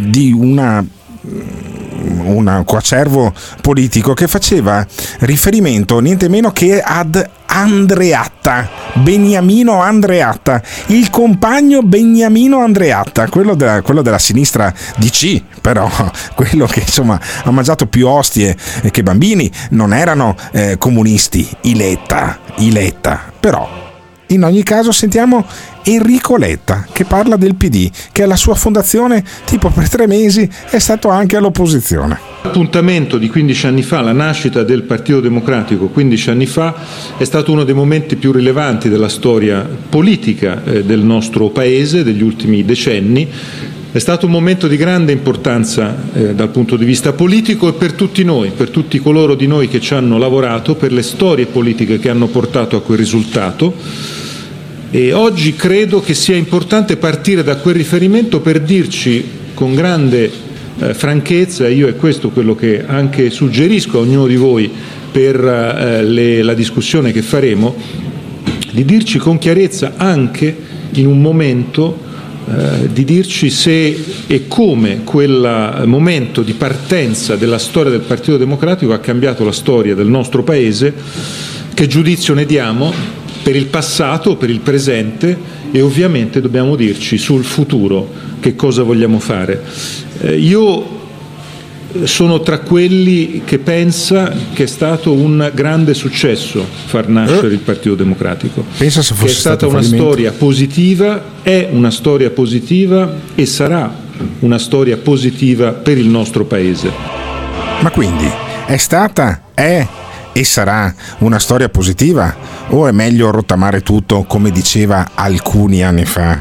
un coacervo politico che faceva riferimento niente meno che ad Andreatta, Beniamino Andreatta, il compagno Beniamino Andreatta, quello della sinistra DC, però quello che insomma ha mangiato più ostie che bambini. Non erano comunisti, i Letta, però in ogni caso sentiamo Enrico Letta che parla del PD, che alla sua fondazione tipo per 3 mesi è stato anche all'opposizione. L'appuntamento di 15 anni fa, la nascita del Partito Democratico 15 anni fa, è stato uno dei momenti più rilevanti della storia politica del nostro Paese degli ultimi decenni. È stato un momento di grande importanza dal punto di vista politico e per tutti noi, per tutti coloro di noi che ci hanno lavorato, per le storie politiche che hanno portato a quel risultato. E oggi credo che sia importante partire da quel riferimento per dirci con grande franchezza, io è questo quello che anche suggerisco a ognuno di voi per la discussione che faremo, di dirci con chiarezza anche in un momento di dirci se e come quel momento di partenza della storia del Partito Democratico ha cambiato la storia del nostro Paese, che giudizio ne diamo per il passato, per il presente e ovviamente dobbiamo dirci sul futuro che cosa vogliamo fare. Io sono tra quelli che pensa che è stato un grande successo far nascere il Partito Democratico. Pensa se fosse che è stata una storia positiva, è una storia positiva e sarà una storia positiva per il nostro Paese. Ma quindi è stata, è e sarà una storia positiva o è meglio rottamare tutto come diceva alcuni anni fa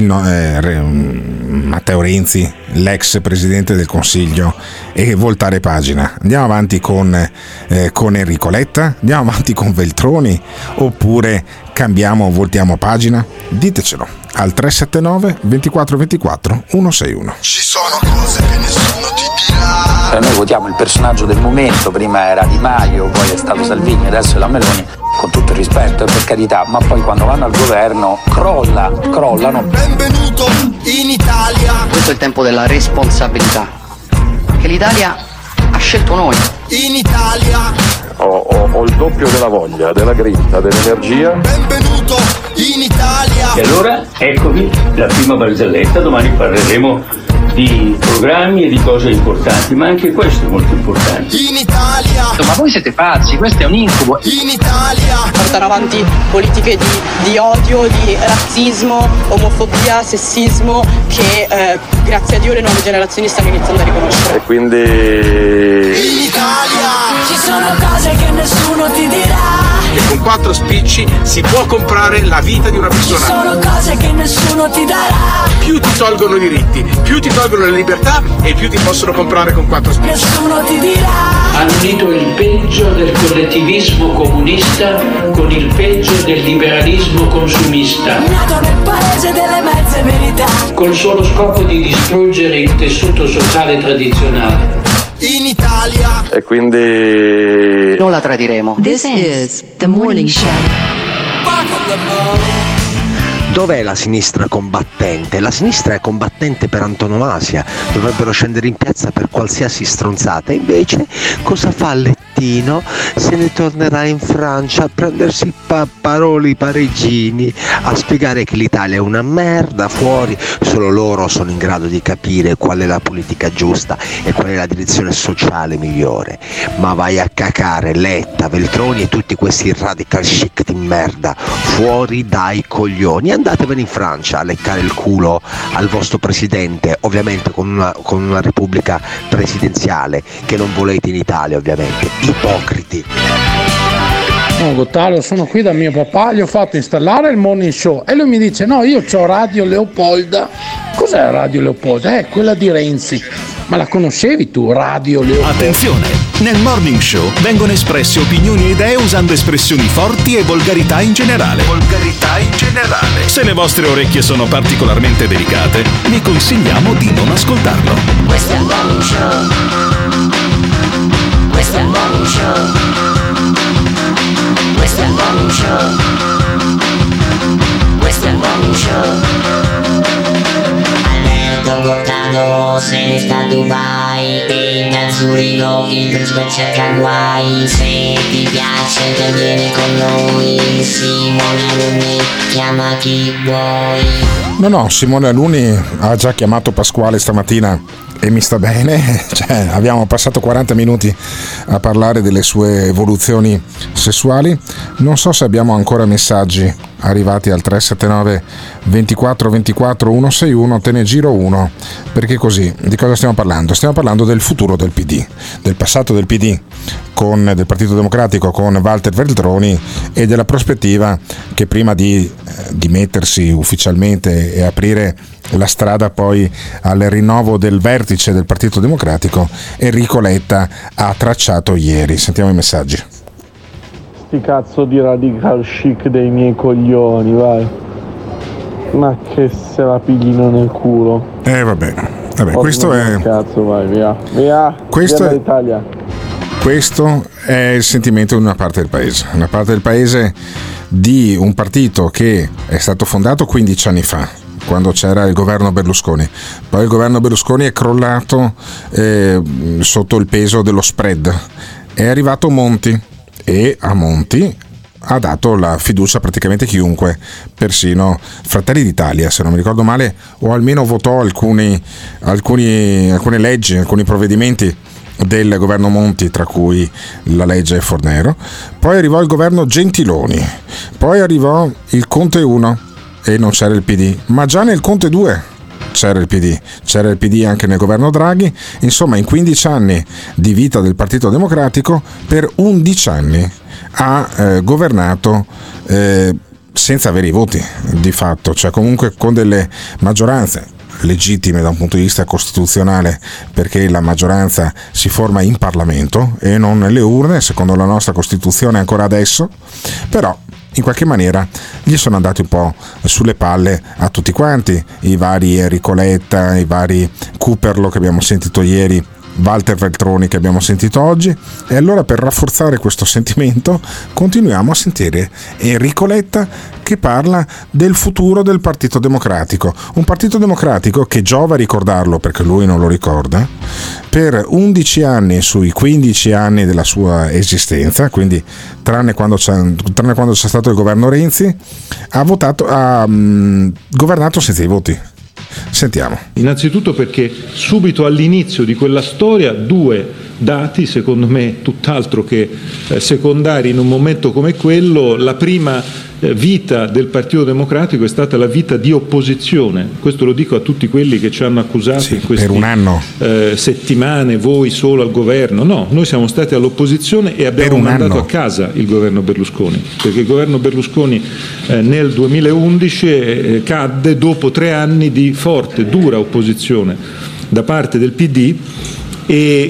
Matteo Renzi, l'ex Presidente del Consiglio, e voltare pagina? Andiamo avanti con Enrico Letta? Andiamo avanti con Veltroni? Oppure voltiamo pagina? Ditecelo al 379 24 24 161. Ci sono cose che nessuno ti dirà. Noi votiamo il personaggio del momento, prima era Di Maio, poi è stato Salvini, adesso è la Meloni, con tutto il rispetto e per carità, ma poi quando vanno al governo crollano. Benvenuto in Italia. Questo è il tempo della responsabilità, che l'Italia ha scelto noi. In Italia ho il doppio della voglia, della grinta, dell'energia. Benvenuto in Italia. E allora eccomi la prima barzelletta, domani parleremo di programmi e di cose importanti, ma anche questo è molto importante. In Italia. Ma voi siete pazzi, questo è un incubo. In Italia. Portare avanti politiche di odio, di razzismo, omofobia, sessismo che grazie a Dio le nuove generazioni stanno iniziando a riconoscere. E quindi In Italia. Ci sono cose che nessuno ti dirà. E con 4 spicci si può comprare la vita di una persona. Ci sono cose che nessuno ti darà. Più ti tolgono i diritti, più ti tolgono le libertà e più ti possono comprare con 4 spicci. Nessuno ti dirà. Hanno unito il peggio del collettivismo comunista con il peggio del liberalismo consumista, Nato nel paese delle mezze verità, col solo scopo di distruggere il tessuto sociale tradizionale. In Italia. E quindi Non la tradiremo. This is the morning show. Dov'è la sinistra combattente? La sinistra è combattente per antonomasia, dovrebbero scendere in piazza per qualsiasi stronzata, invece cosa fa Lettino? Se ne tornerà in Francia a prendersi i papparoli parigini, a spiegare che l'Italia è una merda fuori, solo loro sono in grado di capire qual è la politica giusta e qual è la direzione sociale migliore. Ma vai a cacare Letta, Veltroni e tutti questi radical chic di merda, fuori dai coglioni. Andatevene in Francia a leccare il culo al vostro presidente, ovviamente con una repubblica presidenziale che non volete in Italia, ovviamente. Ipocriti. No, Gottardo, sono qui da mio papà, gli ho fatto installare il morning show e lui mi dice no, io c'ho Radio Leopolda. Cos'è Radio Leopolda? Quella di Renzi. Ma la conoscevi tu, Radio Leopolda? Attenzione! Nel morning show vengono espresse opinioni e idee usando espressioni forti e volgarità in generale. Se le vostre orecchie sono particolarmente delicate, vi consigliamo di non ascoltarlo. questo è il morning show. Questo è il morning show. Questo è il morning show. Questo è il morning show. Alberto Gottardo se ne sta a Dubai, e da Zurigo il principe cerca guai. Se ti piace vieni con noi, Simone Alunni chiama chi vuoi. No, Simone Alunni ha già chiamato Pasquale stamattina e mi sta bene, cioè, abbiamo passato 40 minuti a parlare delle sue evoluzioni sessuali. Non so se abbiamo ancora messaggi arrivati al 379 24 24 161, te ne giro uno, perché così di cosa stiamo parlando? Stiamo parlando del futuro del PD, del passato del PD del Partito Democratico con Walter Veltroni e della prospettiva che prima di dimettersi ufficialmente e aprire la strada poi al rinnovo del vertice del Partito Democratico, Enrico Letta ha tracciato ieri. Sentiamo i messaggi. Sti cazzo di radical chic dei miei coglioni, vai. Ma che se la piglino nel culo. Vabbè, questo è cazzo, vai, via. Questo via è dall'Italia. Questo è il sentimento di una parte del paese di un partito che è stato fondato 15 anni fa, quando c'era il governo Berlusconi. Poi il governo Berlusconi è crollato sotto il peso dello spread. È arrivato Monti e a Monti ha dato la fiducia a praticamente chiunque, persino Fratelli d'Italia, se non mi ricordo male, o almeno votò alcune leggi, alcuni provvedimenti del governo Monti, tra cui la legge Fornero. Poi arrivò il governo Gentiloni, poi arrivò il Conte 1 e non c'era il PD, ma già nel Conte 2 c'era il PD anche nel governo Draghi. Insomma, in 15 anni di vita del Partito Democratico, per 11 anni ha governato senza avere i voti di fatto, cioè comunque con delle maggioranze legittime da un punto di vista costituzionale, perché la maggioranza si forma in Parlamento e non nelle urne, secondo la nostra Costituzione ancora adesso, però in qualche maniera gli sono andati un po' sulle palle a tutti quanti, i vari Enrico Letta, i vari Cooperlo che abbiamo sentito ieri, Walter Veltroni che abbiamo sentito oggi. E allora, per rafforzare questo sentimento, continuiamo a sentire Enrico Letta che parla del futuro del Partito Democratico, un Partito Democratico che, giova ricordarlo perché lui non lo ricorda, per 11 anni sui 15 anni della sua esistenza, quindi tranne quando c'è stato il governo Renzi, ha governato senza i voti. Sentiamo. Innanzitutto perché subito all'inizio di quella storia due dati, secondo me tutt'altro che secondari in un momento come quello. La prima vita del Partito Democratico è stata la vita di opposizione. Questo lo dico a tutti quelli che ci hanno accusato in queste per un anno. Settimane, voi solo al governo. No, noi siamo stati all'opposizione e abbiamo mandato a casa il governo Berlusconi, perché il governo Berlusconi nel 2011 cadde dopo 3 anni di forte, dura opposizione da parte del PD. E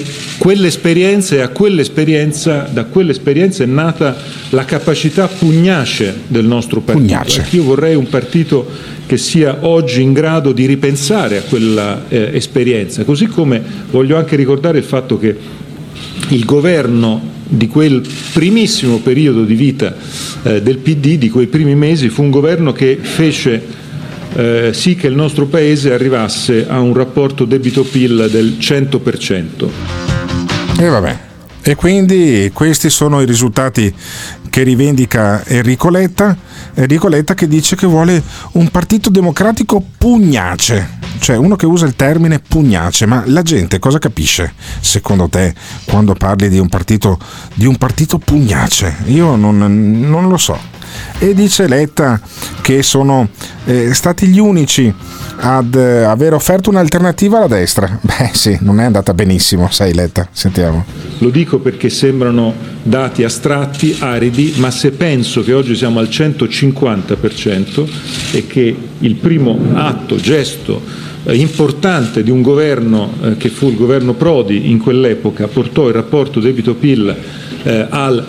da quell'esperienza è nata la capacità pugnace del nostro partito. Io vorrei un partito che sia oggi in grado di ripensare a quella esperienza, così come voglio anche ricordare il fatto che il governo di quel primissimo periodo di vita del PD, di quei primi mesi, fu un governo che fece sì che il nostro Paese arrivasse a un rapporto debito-PIL del 100%. E vabbè. E quindi questi sono i risultati che rivendica Enrico Letta che dice che vuole un partito democratico pugnace, cioè uno che usa il termine pugnace. Ma la gente cosa capisce secondo te quando parli di un partito pugnace? Io non lo so. E dice Letta che sono stati gli unici ad aver offerto un'alternativa alla destra. Beh sì, non è andata benissimo, sai Letta, sentiamo. Lo dico perché sembrano dati astratti, aridi, ma se penso che oggi siamo al 150% e che il primo gesto importante di un governo che fu il governo Prodi in quell'epoca portò il rapporto debito-PIL al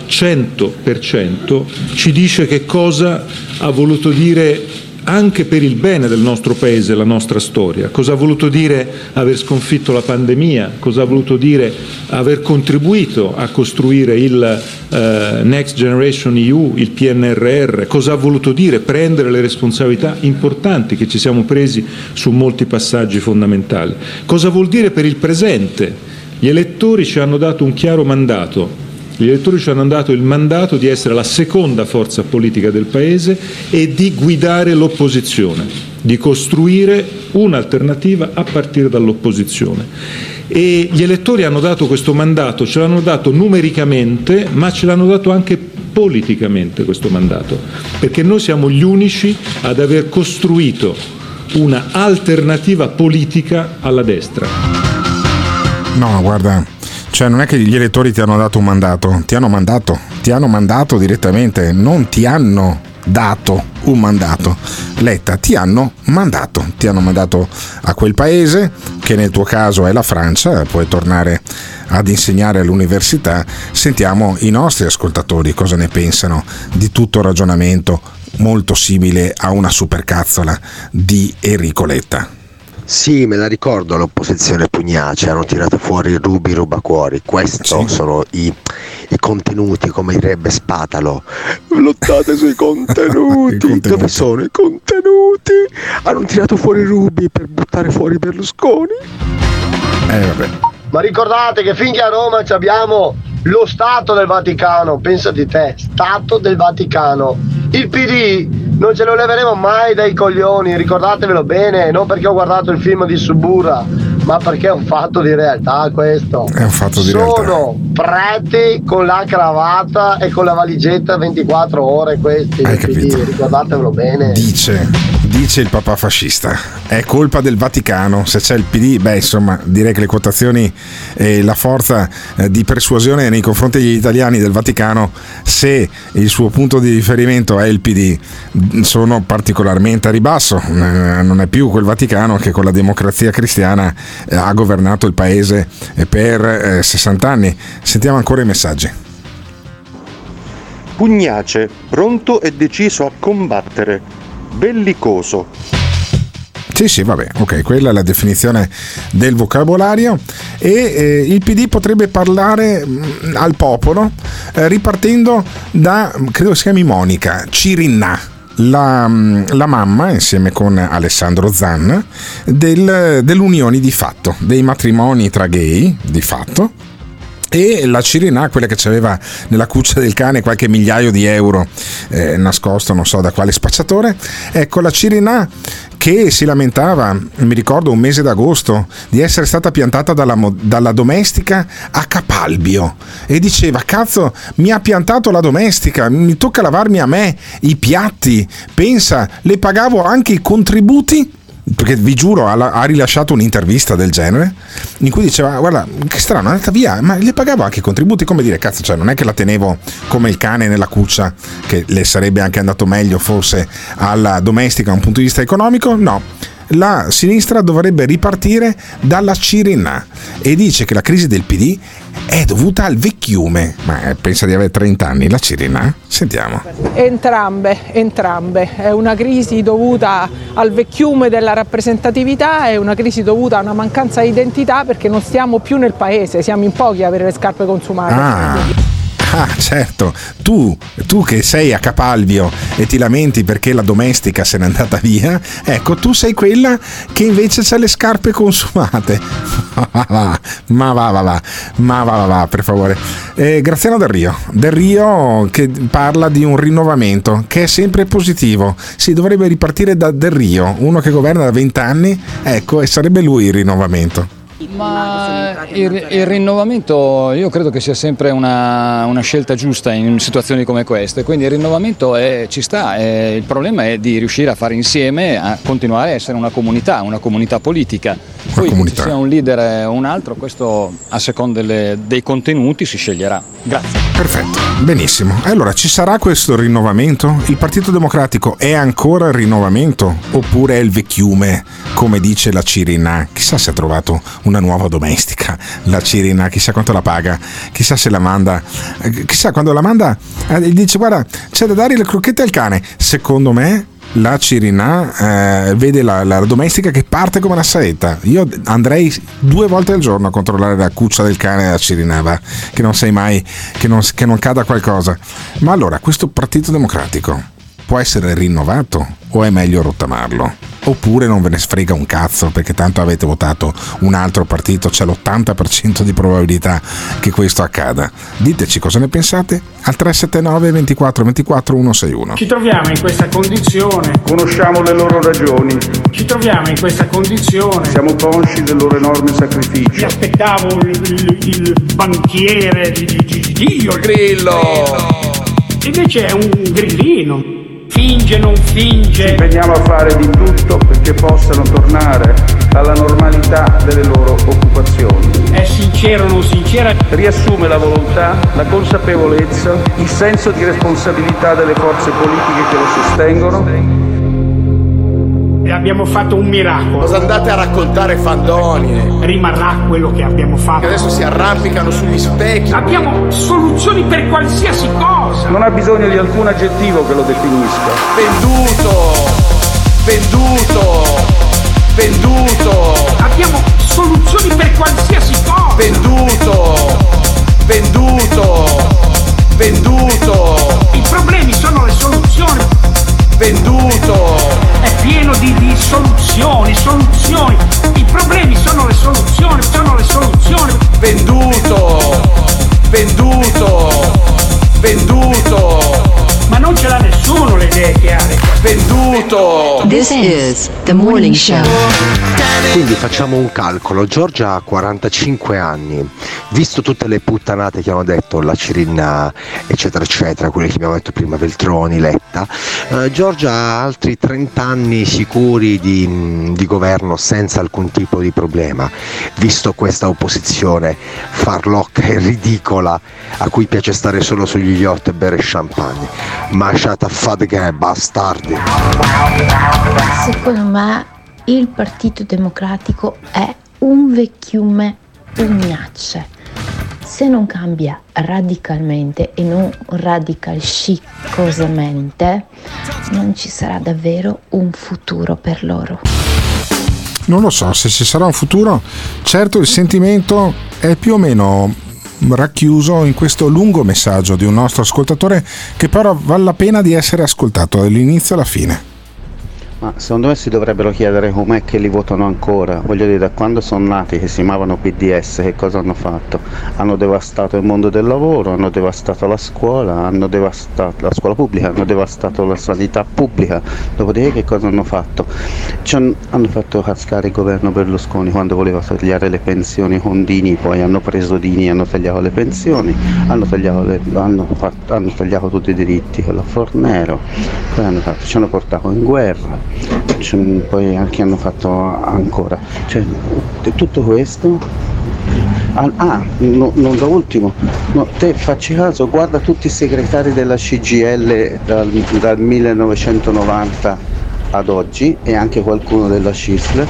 100%, ci dice che cosa ha voluto dire anche per il bene del nostro Paese, la nostra storia. Cosa ha voluto dire aver sconfitto la pandemia, cosa ha voluto dire aver contribuito a costruire il Next Generation EU, il PNRR, cosa ha voluto dire prendere le responsabilità importanti che ci siamo presi su molti passaggi fondamentali. Cosa vuol dire per il presente? Gli elettori ci hanno dato un chiaro mandato. Gli elettori ci hanno dato il mandato di essere la seconda forza politica del Paese e di guidare l'opposizione, di costruire un'alternativa a partire dall'opposizione. E gli elettori hanno dato questo mandato, ce l'hanno dato numericamente, ma ce l'hanno dato anche politicamente questo mandato, perché noi siamo gli unici ad aver costruito una alternativa politica alla destra. No, guarda. Cioè non è che gli elettori ti hanno dato un mandato, ti hanno mandato direttamente, non ti hanno dato un mandato. Letta, ti hanno mandato a quel paese, che nel tuo caso è la Francia, puoi tornare ad insegnare all'università. Sentiamo i nostri ascoltatori cosa ne pensano di tutto il ragionamento molto simile a una supercazzola di Enrico Letta. Sì, me la ricordo l'opposizione pugnace, hanno tirato fuori rubi rubacuori, questi sono i contenuti, come direbbe Spatalo. Lottate sui contenuti. Dove sono i contenuti? Hanno tirato fuori rubi per buttare fuori Berlusconi. Vabbè. Ma ricordate che finché a Roma abbiamo lo Stato del Vaticano, pensati te, Stato del Vaticano, il PD non ce lo leveremo mai dai coglioni, ricordatevelo bene, non perché ho guardato il film di Suburra, ma perché è un fatto di realtà questo. È un fatto di realtà. Sono preti con la cravatta e con la valigetta 24 ore questi. Hai capito? PD, ricordatevelo bene. Dice il papà fascista, è colpa del Vaticano, se c'è il PD, beh insomma direi che le quotazioni e la forza di persuasione nei confronti degli italiani del Vaticano, se il suo punto di riferimento è il PD, sono particolarmente a ribasso. Non è più quel Vaticano che con la democrazia cristiana ha governato il paese per 60 anni. Sentiamo ancora i messaggi. Pugnace, pronto e deciso a combattere. Bellicoso. Sì, vabbè, ok, quella è la definizione del vocabolario. E il PD potrebbe parlare al popolo ripartendo da, credo si chiami Monica Cirinnà, la mamma, insieme con Alessandro Zan, dell'unioni di fatto, dei matrimoni tra gay di fatto. E la Cirinnà, quella che aveva nella cuccia del cane qualche migliaio di euro nascosto non so da quale spacciatore, ecco la Cirinnà che si lamentava, mi ricordo un mese d'agosto, di essere stata piantata dalla domestica a Capalbio e diceva: cazzo, mi ha piantato la domestica, mi tocca lavarmi a me i piatti, pensa, le pagavo anche i contributi, perché vi giuro ha rilasciato un'intervista del genere in cui diceva: guarda che strano, è andata via, ma le pagavo anche i contributi. Come dire, cazzo, cioè non è che la tenevo come il cane nella cuccia, che le sarebbe anche andato meglio forse alla domestica da un punto di vista economico. No, la sinistra dovrebbe ripartire dalla Cirinà e dice che la crisi del PD è dovuta al vecchiume. Ma pensa di avere 30 anni la Cirinà? Sentiamo. Entrambe. È una crisi dovuta al vecchiume della rappresentatività, è una crisi dovuta a una mancanza di identità, perché non stiamo più nel paese, siamo in pochi a avere le scarpe consumate. Ah, certo, tu che sei a Capalbio e ti lamenti perché la domestica se n'è andata via, ecco, tu sei quella che invece c'ha le scarpe consumate. Ma va, per favore. Graziano Del Rio che parla di un rinnovamento che è sempre positivo. Si dovrebbe ripartire da Del Rio, uno che governa da 20 anni, ecco, e sarebbe lui il rinnovamento. Ma il rinnovamento io credo che sia sempre una scelta giusta in situazioni come queste, quindi il rinnovamento ci sta, il problema è di riuscire a fare insieme, a continuare a essere una comunità politica. Poi che ci sia un leader o un altro, questo a seconda dei contenuti si sceglierà. Grazie. Perfetto, benissimo. Allora ci sarà questo rinnovamento? Il Partito Democratico è ancora il rinnovamento oppure è il vecchiume, come dice la Cirinà? Chissà se ha trovato una nuova domestica, la Cirinà, chissà quanto la paga, chissà se la manda, chissà quando la manda gli dice: guarda, c'è da dare le crocchette al cane. Secondo me la Cirinà vede la domestica che parte come una saetta. Io andrei 2 volte al giorno a controllare la cuccia del cane della Cirinà, va? Che non sai mai che non cada qualcosa. Ma allora questo Partito Democratico può essere rinnovato o è meglio rottamarlo? Oppure non ve ne frega un cazzo, perché tanto avete votato un altro partito, c'è l'80% di probabilità che questo accada. Diteci cosa ne pensate al 379 24 24 161. Ci troviamo in questa condizione, Conosciamo le loro ragioni, ci troviamo in questa condizione. siamo consci del loro enorme Mi sacrificio. aspettavo il banchiere di Dio, il Grillo. Invece è un grillino. Finge, non finge. Ci impegniamo a fare di tutto perché possano tornare alla normalità delle loro occupazioni. È sincero o non sincera? Riassume la volontà, la consapevolezza, il senso di responsabilità delle forze politiche che lo sostengono. E abbiamo fatto un miracolo. Cosa andate a raccontare fandonie? Rimarrà quello che abbiamo fatto. Che adesso si arrampicano sugli specchi. Abbiamo soluzioni per qualsiasi cosa. Non ha bisogno di alcun aggettivo che lo definisca. Venduto. Abbiamo soluzioni per qualsiasi cosa. Venduto. I problemi sono le soluzioni. È pieno di soluzioni. I problemi sono le soluzioni. Venduto. Ma non ce l'ha nessuno le idee chiare. Venduto. This is the morning show. Quindi facciamo un calcolo. Giorgia ha 45 anni, visto tutte le puttanate che hanno detto, la Cirinà eccetera eccetera, quelle che abbiamo detto prima, Veltroni, Letta, Giorgia ha altri 30 anni sicuri di governo senza alcun tipo di problema, visto questa opposizione farlocca e ridicola a cui piace stare solo sugli yacht e bere champagne. Ma shut up, fate che bastardi. Secondo me il Partito Democratico è un vecchiume pugnace. Se non cambia radicalmente e non radicalscicosamente, non ci sarà davvero un futuro per loro. Non lo so se ci sarà un futuro. Certo, il sentimento è più o meno racchiuso in questo lungo messaggio di un nostro ascoltatore, che però vale la pena di essere ascoltato dall'inizio alla fine. Ma secondo me si dovrebbero chiedere com'è che li votano ancora. Voglio dire, da quando sono nati, che si chiamavano PDS, che cosa hanno fatto? Hanno devastato il mondo del lavoro, hanno devastato la scuola, hanno devastato la scuola pubblica, hanno devastato la sanità pubblica. Dopodiché che cosa hanno fatto? Hanno fatto cascare il governo Berlusconi quando voleva tagliare le pensioni con Dini, poi hanno preso Dini e hanno tagliato le pensioni, hanno tagliato tutti i diritti con la Fornero, poi ci hanno portato in guerra. Poi anche hanno fatto ancora, cioè tutto questo. Non da ultimo, te facci caso, guarda tutti i segretari della CGIL dal 1990 ad oggi e anche qualcuno della CISL,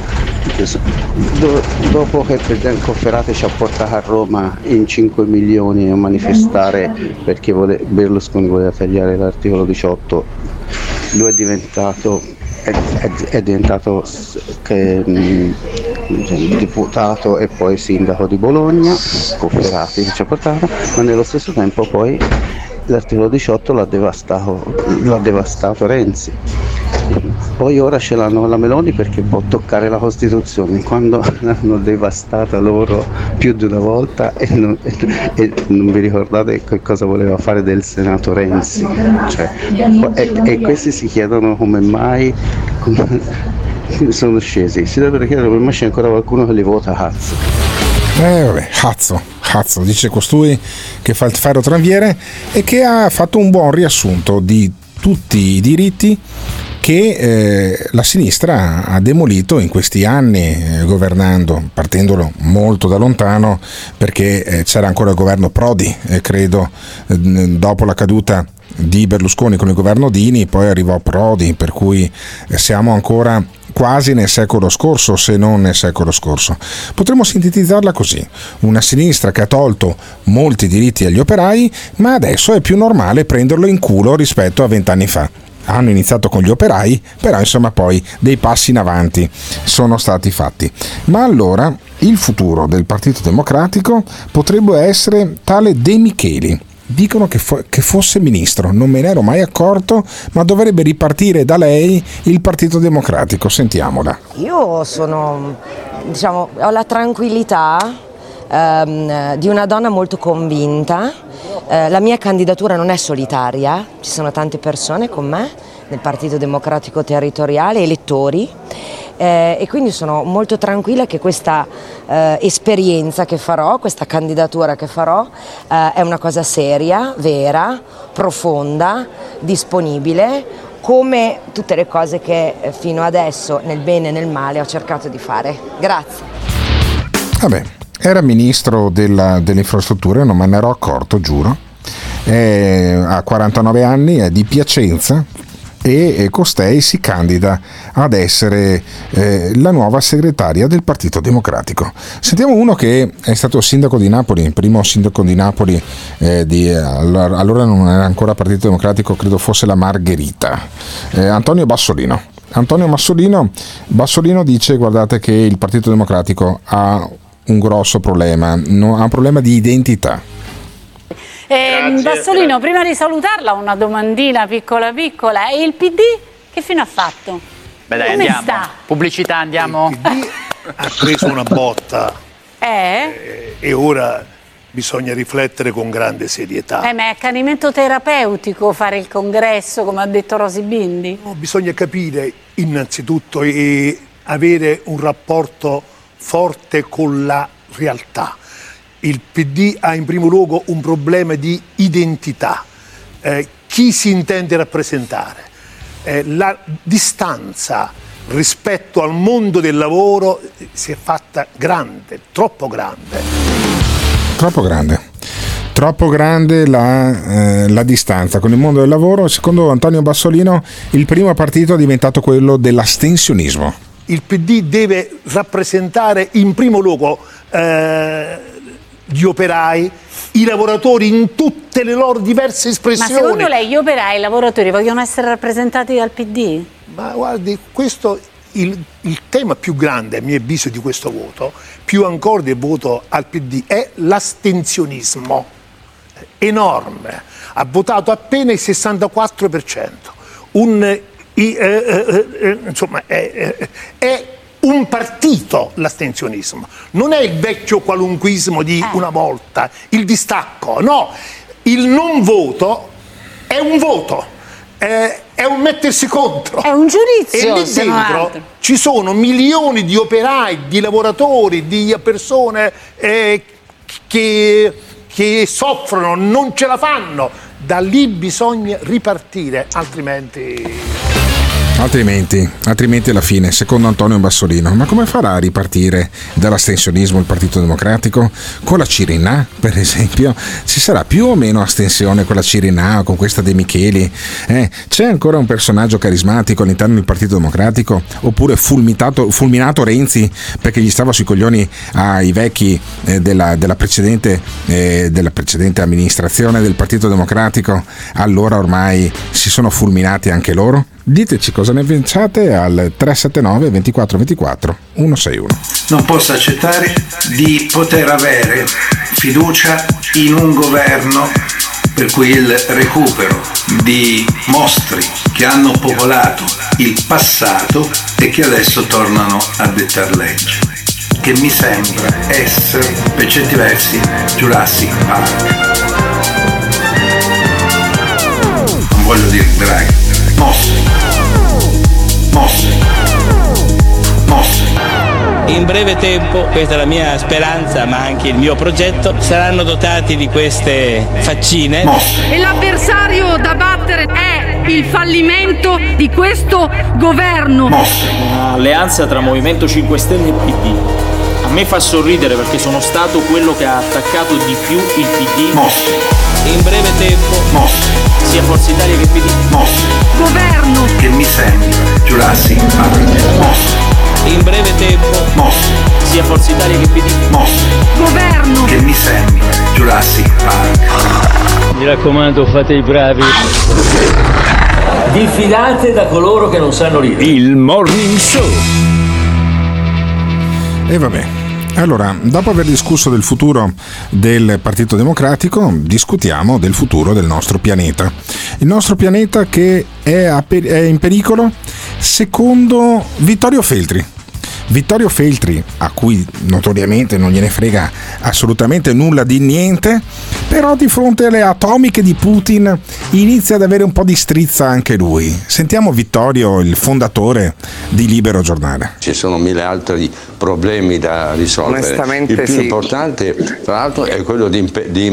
dopo che il presidente Cofferati ci ha portato a Roma in 5 milioni a manifestare perché Berlusconi voleva tagliare l'articolo 18, lui è diventato deputato e poi sindaco di Bologna, Cofferati che ci ha portato, ma nello stesso tempo poi l'articolo 18 l'ha devastato Renzi. Poi ora ce l'hanno la Meloni perché può toccare la Costituzione, quando l'hanno devastata loro più di una volta e non vi ricordate che cosa voleva fare del Senato Renzi, e questi si chiedono come mai sono scesi, si dovrebbero chiedere come mai c'è ancora qualcuno che li vota cazzo. Vabbè, cazzo, dice costui che fa il ferro tranviere e che ha fatto un buon riassunto di tutti i diritti che la sinistra ha demolito in questi anni governando, partendolo molto da lontano, perché c'era ancora il governo Prodi, credo, dopo la caduta di Berlusconi con il governo Dini, poi arrivò Prodi, per cui siamo ancora quasi nel secolo scorso, se non nel secolo scorso. Potremmo sintetizzarla così: una sinistra che ha tolto molti diritti agli operai, ma adesso è più normale prenderlo in culo rispetto a 20 anni fa. Hanno iniziato con gli operai, però insomma poi dei passi in avanti sono stati fatti. Ma allora il futuro del Partito Democratico potrebbe essere tale De Micheli. Dicono che fosse ministro, non me ne ero mai accorto, ma dovrebbe ripartire da lei il Partito Democratico. Sentiamola. Io ho la tranquillità di una donna molto convinta. La mia candidatura non è solitaria, ci sono tante persone con me nel Partito Democratico Territoriale, elettori, e quindi sono molto tranquilla che questa esperienza che farò, questa candidatura che farò è una cosa seria, vera, profonda, disponibile, come tutte le cose che fino adesso nel bene e nel male ho cercato di fare. Grazie. Vabbè, era ministro delle infrastrutture, non me ne ero accorto, giuro. Ha 49 anni, è di Piacenza e costei si candida ad essere la nuova segretaria del Partito Democratico. Sentiamo uno che è stato sindaco di Napoli, il primo sindaco di Napoli, allora non era ancora Partito Democratico, credo fosse la Margherita, Antonio Bassolino. Antonio Bassolino dice: guardate che il Partito Democratico ha un grosso problema, ha un problema di identità. Bassolino, prima di salutarla una domandina piccola. E il PD che fine ha fatto? Beh dai, come andiamo. sta? Pubblicità, andiamo. Il PD ha preso una botta e ora bisogna riflettere con grande serietà. Ma è accanimento terapeutico fare il congresso, come ha detto Rosy Bindi? No, bisogna capire innanzitutto e avere un rapporto forte con la realtà. Il PD ha in primo luogo un problema di identità, chi si intende rappresentare, la distanza rispetto al mondo del lavoro si è fatta grande, troppo grande la distanza con il mondo del lavoro. Secondo Antonio Bassolino il primo partito è diventato quello dell'astensionismo. Il PD deve rappresentare in primo luogo gli operai, i lavoratori in tutte le loro diverse espressioni. Ma secondo lei gli operai e i lavoratori vogliono essere rappresentati dal PD? Ma guardi, questo il tema più grande a mio avviso di questo voto, più ancora del voto al PD, è l'astensionismo enorme. Ha votato appena il 64%, un insomma, è un partito l'astensionismo, non è il vecchio qualunquismo di una volta, il distacco, no, il non voto è un voto, è un mettersi contro, è un giudizio, e lì dentro ci sono milioni di operai, di lavoratori, di persone che soffrono, non ce la fanno, da lì bisogna ripartire, altrimenti alla fine, secondo Antonio Bassolino, ma come farà a ripartire dall'astensionismo il Partito Democratico? Con la Cirinà, per esempio? Ci sarà più o meno astensione con la Cirinà o con questa De Micheli? C'è ancora un personaggio carismatico all'interno del Partito Democratico? Oppure fulminato Renzi perché gli stava sui coglioni ai vecchi della precedente amministrazione del Partito Democratico? Allora ormai si sono fulminati anche loro? Diteci cosa ne pensate al 379 24 24 161. Non posso accettare di poter avere fiducia in un governo per cui il recupero di mostri che hanno popolato il passato e che adesso tornano a dettar legge, che mi sembra essere per certi versi Jurassic Park. Non voglio dire Draghi, mostri. In breve tempo, questa è la mia speranza ma anche il mio progetto, saranno dotati di queste faccine. E l'avversario da battere è il fallimento di questo governo. Un'alleanza tra Movimento 5 Stelle e PD. A me fa sorridere perché sono stato quello che ha attaccato di più il PD. In breve tempo, sia Forza Italia che PD. Governo che mi sembra Jurassic Park. In breve tempo, sia Forza Italia che PD. Governo che mi sembra Jurassic Park. Mi raccomando, fate i bravi. Diffidate da coloro che non sanno ridere. Il Morning Show. E vabbè. Allora, dopo aver discusso del futuro del Partito Democratico, discutiamo del futuro del nostro pianeta. Il nostro pianeta che è in pericolo secondo Vittorio Feltri. Vittorio Feltri, a cui notoriamente non gliene frega assolutamente nulla di niente, però di fronte alle atomiche di Putin inizia ad avere un po' di strizza anche lui. Sentiamo Vittorio, il fondatore di Libero Giornale. Ci sono mille altri problemi da risolvere. Onestamente il più importante, tra l'altro, è quello di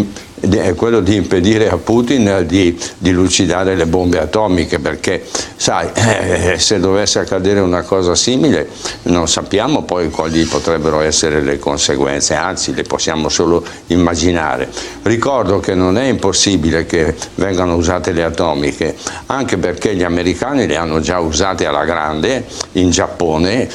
impedire a Putin di lucidare le bombe atomiche, perché sai, se dovesse accadere una cosa simile non sappiamo poi quali potrebbero essere le conseguenze, anzi le possiamo solo immaginare. Ricordo che non è impossibile che vengano usate le atomiche, anche perché gli americani le hanno già usate alla grande in Giappone,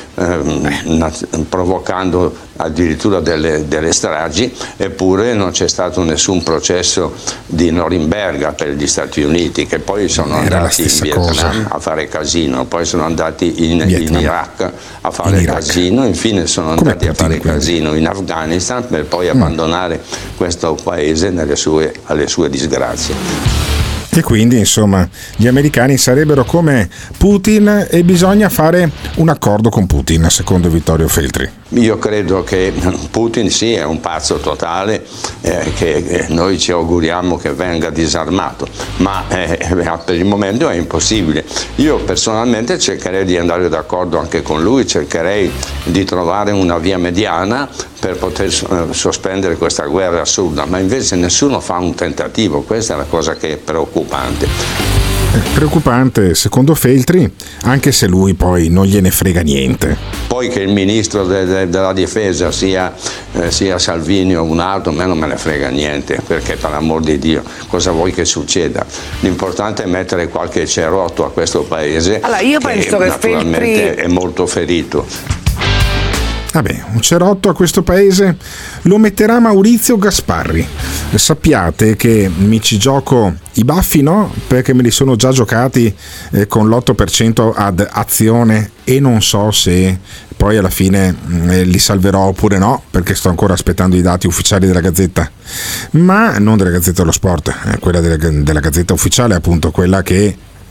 provocando addirittura delle stragi, eppure non c'è stato nessun processo di Norimberga per gli Stati Uniti, che poi sono andati in Vietnam a fare casino, poi sono andati in Iraq a fare casino, infine sono andati a fare casino in Afghanistan per poi abbandonare questo paese alle sue disgrazie. E quindi, insomma, gli americani sarebbero come Putin e bisogna fare un accordo con Putin, secondo Vittorio Feltri. Io credo che Putin sì, è un pazzo totale, che noi ci auguriamo che venga disarmato, ma per il momento è impossibile. Io personalmente cercherei di andare d'accordo anche con lui, cercherei di trovare una via mediana per poter sospendere questa guerra assurda, ma invece nessuno fa un tentativo, questa è la cosa che è preoccupante. Preoccupante secondo Feltri, anche se lui poi non gliene frega niente. Poi che il ministro della difesa sia Salvini o un altro, a me non me ne frega niente, perché per l'amor di Dio cosa vuoi che succeda? L'importante è mettere qualche cerotto a questo paese, allora, io penso che naturalmente è molto ferito. Vabbè, un cerotto a questo paese lo metterà Maurizio Gasparri. Sappiate che mi ci gioco i baffi, no? Perché me li sono già giocati con l'8% ad azione e non so se poi alla fine li salverò oppure no, perché sto ancora aspettando i dati ufficiali della Gazzetta, ma non della Gazzetta dello Sport, quella della Gazzetta ufficiale, appunto, quella che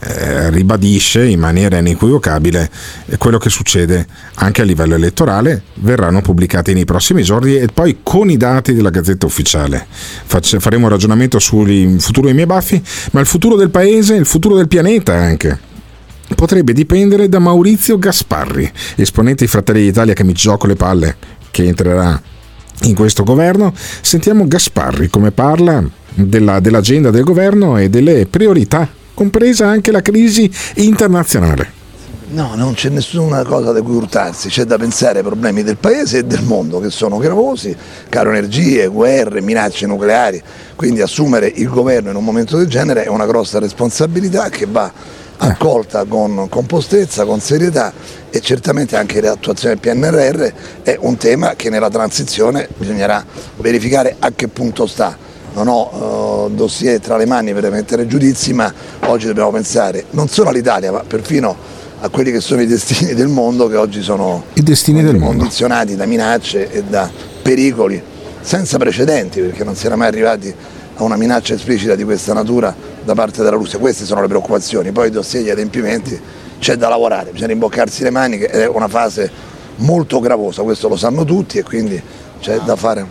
ribadisce in maniera inequivocabile quello che succede anche a livello elettorale. Verranno pubblicati nei prossimi giorni e poi con i dati della Gazzetta Ufficiale faremo un ragionamento sul futuro dei miei baffi, ma il futuro del paese, il futuro del pianeta anche potrebbe dipendere da Maurizio Gasparri, esponente di Fratelli d'Italia, che mi gioco le palle che entrerà in questo governo. Sentiamo Gasparri come parla dell'agenda del governo e delle priorità, compresa anche la crisi internazionale. No, non c'è nessuna cosa da cui urtarsi, c'è da pensare ai problemi del paese e del mondo, che sono gravosi, caro energie, guerre, minacce nucleari, quindi assumere il governo in un momento del genere è una grossa responsabilità che va accolta con compostezza, con serietà, e certamente anche l'attuazione del PNRR è un tema che nella transizione bisognerà verificare a che punto sta. Non ho dossier tra le mani per emettere giudizi, ma oggi dobbiamo pensare non solo all'Italia, ma perfino a quelli che sono i destini del mondo, che oggi sono i destini del mondo condizionati da minacce e da pericoli senza precedenti, perché non si era mai arrivati a una minaccia esplicita di questa natura da parte della Russia. Queste sono le preoccupazioni, poi i dossier e gli adempimenti c'è da lavorare, bisogna rimboccarsi le maniche, è una fase molto gravosa, questo lo sanno tutti e quindi c'è da fare.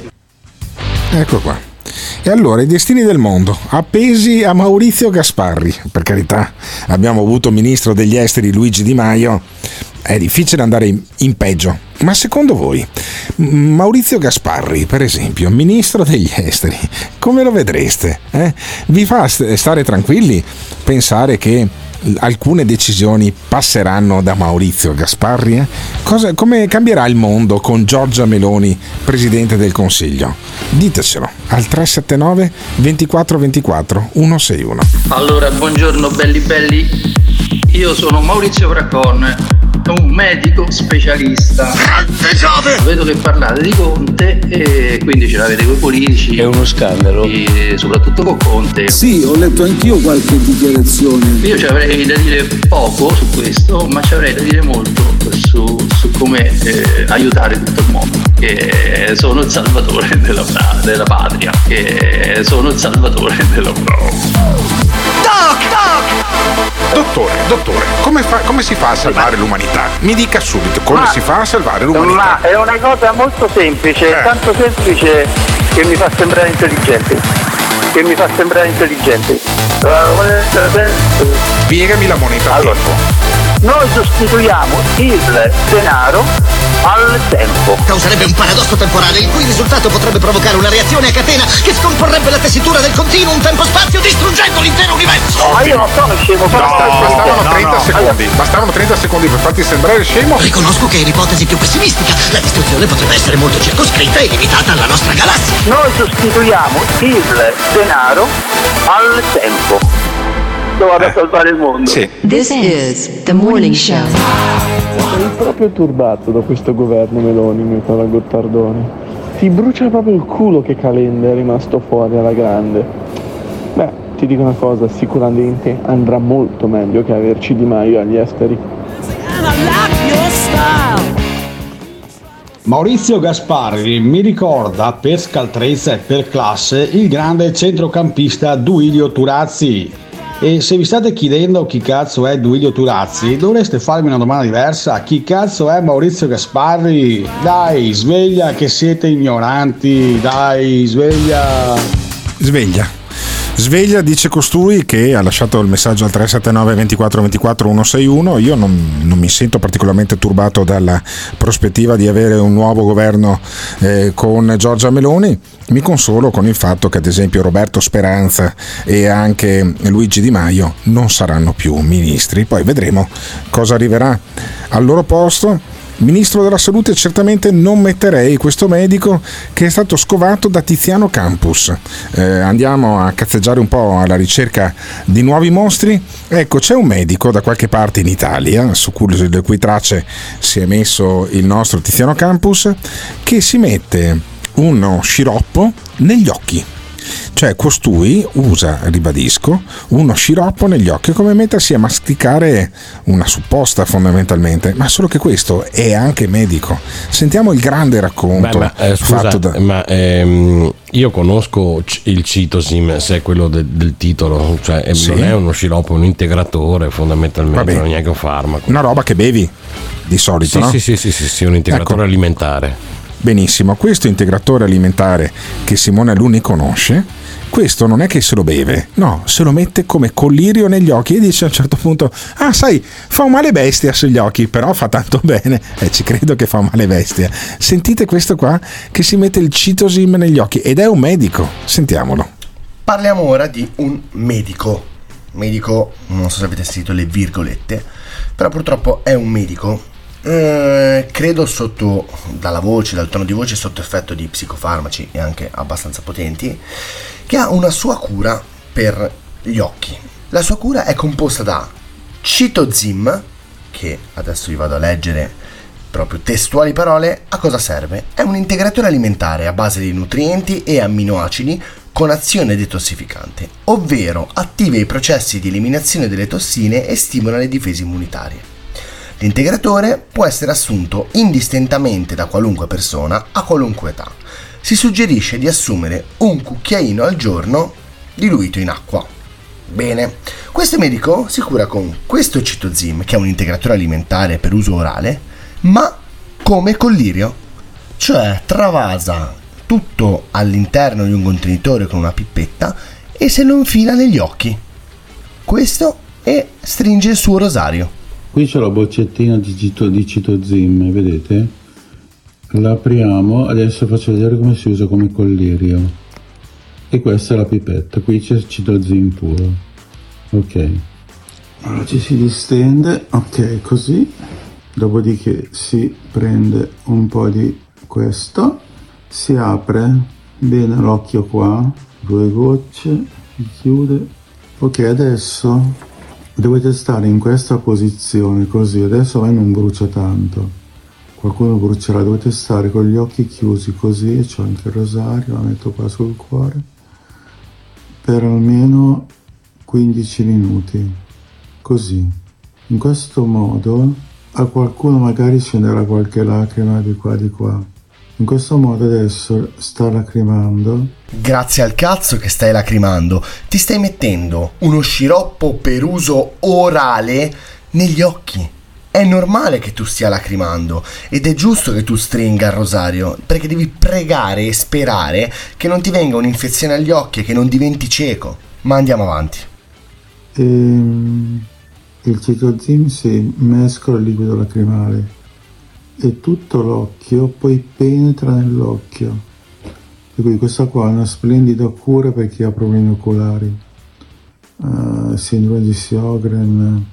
Ecco qua. E allora i destini del mondo appesi a Maurizio Gasparri. Per carità, abbiamo avuto ministro degli esteri Luigi Di Maio, è difficile andare in peggio, ma secondo voi Maurizio Gasparri, per esempio, ministro degli esteri, come lo vedreste? Vi fa stare tranquilli pensare che alcune decisioni passeranno da Maurizio Gasparri? Come cambierà il mondo con Giorgia Meloni presidente del Consiglio? Ditecelo al 379 24 24 161. Allora, buongiorno belli, io sono Maurizio Bracon, un medico specialista. Vedo che parlate di Conte e quindi ce l'avete con i politici. È uno scandalo. E soprattutto con Conte. Sì, ho letto anch'io qualche dichiarazione. Io ci avrei da dire poco su questo, ma ci avrei da dire molto su come aiutare tutto il mondo. Che sono il salvatore della patria. Che sono il salvatore della Dottore, come si fa a salvare l'umanità? Mi dica subito, come si fa a salvare l'umanità? Ma è una cosa molto semplice, tanto semplice che mi fa sembrare intelligente. Spiegami la moneta. Allora, noi sostituiamo il denaro al tempo. Causerebbe un paradosso temporale, il cui risultato potrebbe provocare una reazione a catena che scomporrebbe la tessitura del continuum tempo-spazio, distruggendo l'intero universo. Ma io non sono scemo, Bastavano 30 secondi per farti sembrare scemo. Riconosco che è l'ipotesi più pessimistica. La distruzione potrebbe essere molto circoscritta e limitata alla nostra galassia. Noi sostituiamo il denaro al tempo. Dove salvare il mondo. Sì. This is the morning show. Sei proprio turbato da questo governo Meloni, Nicola Gottardone. Ti brucia proprio il culo che Calenda è rimasto fuori alla grande. Beh, ti dico una cosa, sicuramente andrà molto meglio che averci Di Maio agli esteri. Maurizio Gasparri mi ricorda per scaltrezza e per classe il grande centrocampista Duilio Turazzi. E se vi state chiedendo chi cazzo è Duilio Turazzi, dovreste farmi una domanda diversa: chi cazzo è Maurizio Gasparri? Dai, sveglia che siete ignoranti, dai, Sveglia, dice costui che ha lasciato il messaggio al 379 24 24 161. Io non mi sento particolarmente turbato dalla prospettiva di avere un nuovo governo con Giorgia Meloni. Mi consolo con il fatto che ad esempio Roberto Speranza e anche Luigi Di Maio non saranno più ministri. Poi vedremo cosa arriverà al loro posto. Ministro della Salute certamente non metterei questo medico che è stato scovato da Tiziano Campus. Andiamo a cazzeggiare un po' alla ricerca di nuovi mostri. Ecco, c'è un medico da qualche parte in Italia, le cui tracce si è messo il nostro Tiziano Campus, che si mette uno sciroppo negli occhi. Cioè costui usa, ribadisco, uno sciroppo negli occhi, come mettersi a masticare una supposta fondamentalmente, ma solo che questo è anche medico. Sentiamo il grande racconto fatto da... io conosco il Citosim, se è quello del titolo, cioè Sì. non è uno sciroppo, è un integratore fondamentalmente, non è neanche un farmaco. Una roba che bevi di solito, no? Sì, un integratore alimentare. Benissimo, questo integratore alimentare che Simone Alunni conosce, questo non è che se lo beve, no, se lo mette come collirio negli occhi e dice a un certo punto: ah, sai, fa un male bestia sugli occhi, però fa tanto bene. Ci credo che fa un male bestia. Sentite questo qua che si mette il Citosim negli occhi ed è un medico. Sentiamolo. Parliamo ora di un medico. Medico, non so se avete sentito le virgolette, però purtroppo è un medico. Credo dalla voce, dal tono di voce, sotto effetto di psicofarmaci e anche abbastanza potenti, che ha una sua cura per gli occhi. La sua cura è composta da Citozim, che adesso vi vado a leggere proprio testuali parole. A cosa serve? È un integratore alimentare a base di nutrienti e amminoacidi con azione detossificante, ovvero attiva i processi di eliminazione delle tossine e stimola le difese immunitarie. L'integratore può essere assunto indistintamente da qualunque persona a qualunque età. Si suggerisce di assumere un cucchiaino al giorno diluito in acqua. Bene, questo medico si cura con questo Citozim, che è un integratore alimentare per uso orale, ma come collirio, cioè travasa tutto all'interno di un contenitore con una pippetta e se lo infila negli occhi. Questo e stringe il suo rosario. Qui c'è la boccettina di Citozim, vedete? La apriamo, adesso faccio vedere come si usa come collirio. E questa è la pipetta, qui c'è Citozim puro. Ok. Allora ci si distende, ok, così. Dopodiché si prende un po' di questo, si apre bene l'occhio qua, 2 gocce, si chiude. Ok, adesso dovete stare in questa posizione così. Adesso a me non brucia tanto, qualcuno brucerà. Dovete stare con gli occhi chiusi così. C'ho anche il rosario, la metto qua sul cuore per almeno 15 minuti così. In questo modo a qualcuno magari scenderà qualche lacrima di qua di qua. In questo modo adesso sta lacrimando. Grazie al cazzo che stai lacrimando. Ti stai mettendo uno sciroppo per uso orale negli occhi. È normale che tu stia lacrimando ed è giusto che tu stringa il rosario, perché devi pregare e sperare che non ti venga un'infezione agli occhi e che non diventi cieco. Ma andiamo avanti. Il Citozim si mescola al liquido lacrimale e tutto l'occhio poi penetra nell'occhio. E quindi questa qua è una splendida cura per chi ha problemi oculari, sindrome di Sjögren,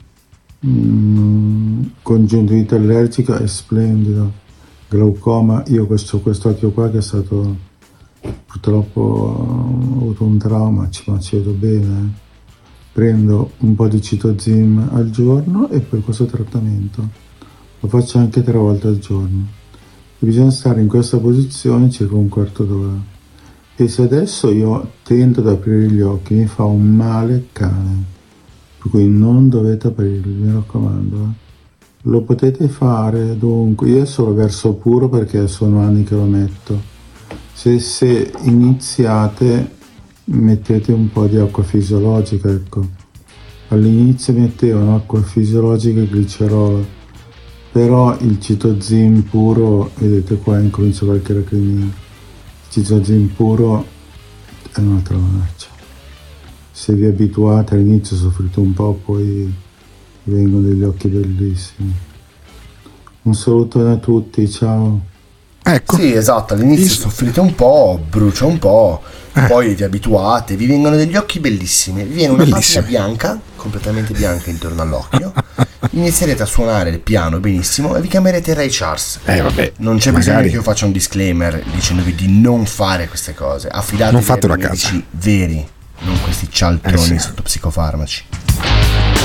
congiuntivite allergica, è splendido. Glaucoma, io questo occhio qua che è stato, purtroppo ho avuto un trauma, ma ci vedo bene. Prendo un po' di Citozim al giorno e poi questo trattamento lo faccio anche 3 volte al giorno. E bisogna stare in questa posizione circa un quarto d'ora. E se adesso io tento ad aprire gli occhi mi fa un male cane, per cui non dovete aprirli, mi raccomando. Lo potete fare dunque. Io adesso lo verso puro perché sono anni che lo metto. Se iniziate, mettete un po' di acqua fisiologica, ecco. All'inizio mettevano acqua fisiologica e glicerolo, però il Citozim puro, vedete qua incomincia qualche lacrimina, il Citozim puro è un'altra marcia. Se vi abituate, all'inizio soffrite un po', poi vengono degli occhi bellissimi. Un saluto a tutti, ciao. Ecco. Sì, esatto, all'inizio soffrite un po', brucia un po', poi vi abituate, vi vengono degli occhi bellissimi, vi viene una patina bianca, completamente bianca intorno all'occhio, inizierete a suonare il piano benissimo e vi chiamerete Ray Charles. Vabbè, non c'è bisogno che io faccia un disclaimer dicendovi di non fare queste cose, affidatevi ai medici veri, non questi cialtroni sotto psicofarmaci.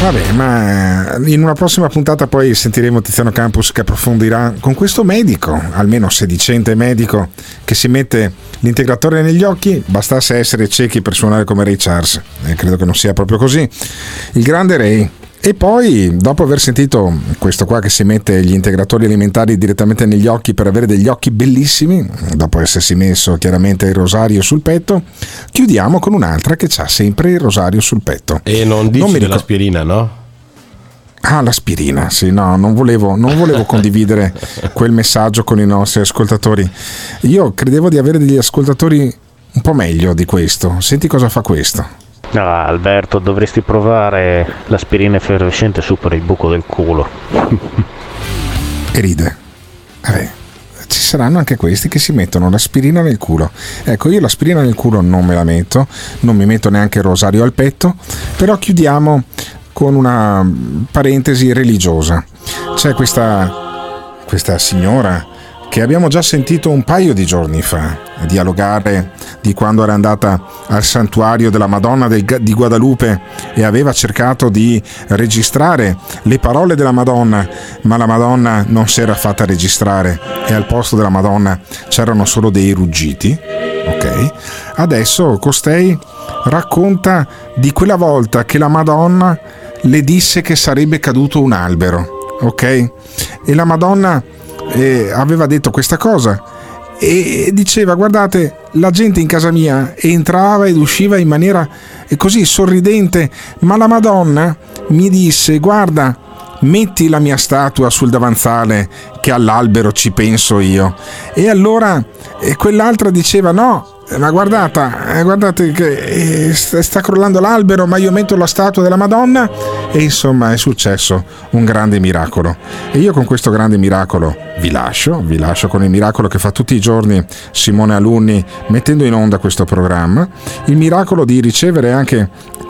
Vabbè, ma in una prossima puntata poi sentiremo Tiziano Campus che approfondirà con questo medico, almeno sedicente medico, che si mette l'integratore negli occhi. Bastasse essere ciechi per suonare come Ray Charles, credo che non sia proprio così, il grande Ray. E poi, dopo aver sentito questo qua che si mette gli integratori alimentari direttamente negli occhi per avere degli occhi bellissimi, dopo essersi messo chiaramente il rosario sul petto, chiudiamo con un'altra che c'ha sempre il rosario sul petto. E non dici dell'aspirina, no? Ah, l'aspirina, sì, no, non volevo condividere quel messaggio con i nostri ascoltatori. Io credevo di avere degli ascoltatori un po' meglio di questo. Senti cosa fa questo. No, Alberto, dovresti provare l'aspirina effervescente su per il buco del culo. E ride. Ci saranno anche questi che si mettono l'aspirina nel culo. Ecco, io l'aspirina nel culo non me la metto, non mi metto neanche il rosario al petto, però con una parentesi religiosa. C'è questa signora che abbiamo già sentito un paio di giorni fa dialogare di quando era andata al santuario della Madonna di Guadalupe e aveva cercato di registrare le parole della Madonna, ma la Madonna non si era fatta registrare e al posto della Madonna c'erano solo dei ruggiti. Ok, adesso costei racconta di quella volta che la Madonna le disse che sarebbe caduto un albero, ok? E la Madonna aveva detto questa cosa e diceva: guardate, la gente in casa mia entrava ed usciva in maniera così sorridente, ma la Madonna mi disse: guarda, metti la mia statua sul davanzale che all'albero ci penso io. E allora quell'altra diceva: no, ma guardate che sta crollando l'albero, ma io metto la statua della Madonna. E insomma è successo un grande miracolo, e io con questo grande miracolo vi lascio con il miracolo che fa tutti i giorni Simone Alunni mettendo in onda questo programma, il miracolo di ricevere anche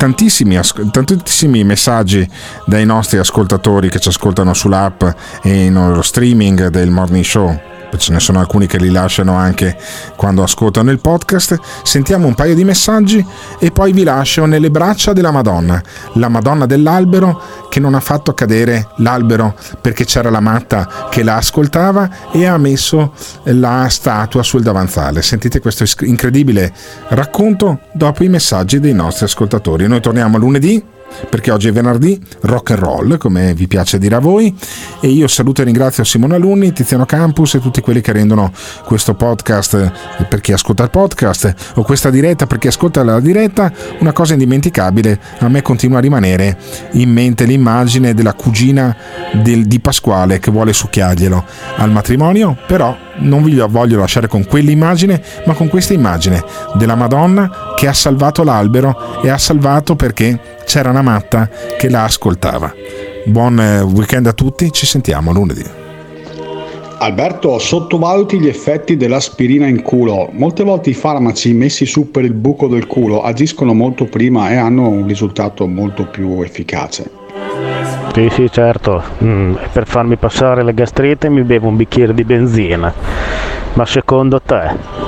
tantissimi messaggi dai nostri ascoltatori che ci ascoltano sull'app e nello streaming del Morning Show. Ce ne sono alcuni che li lasciano anche quando ascoltano il podcast. Sentiamo un paio di messaggi e poi vi lascio nelle braccia della Madonna, la Madonna dell'albero che non ha fatto cadere l'albero perché c'era la matta che la ascoltava e ha messo la statua sul davanzale. Sentite questo incredibile racconto dopo i messaggi dei nostri ascoltatori. Noi torniamo lunedì, perché oggi è venerdì, rock and roll come vi piace dire a voi, e io saluto e ringrazio Simone Alunni, Tiziano Campus e tutti quelli che rendono questo podcast per chi ascolta il podcast o questa diretta per chi ascolta la diretta una cosa indimenticabile. A me continua a rimanere in mente l'immagine della cugina di Pasquale che vuole succhiarglielo al matrimonio, però non vi voglio lasciare con quell'immagine, ma con questa immagine della Madonna che ha salvato l'albero, e ha salvato perché c'era una matta che la ascoltava. Buon weekend a tutti, ci sentiamo lunedì. Alberto, sottovaluti gli effetti dell'aspirina in culo. Molte volte i farmaci messi su per il buco del culo agiscono molto prima e hanno un risultato molto più efficace. Sì, certo. Per farmi passare la gastrite mi bevo un bicchiere di benzina. Ma secondo te?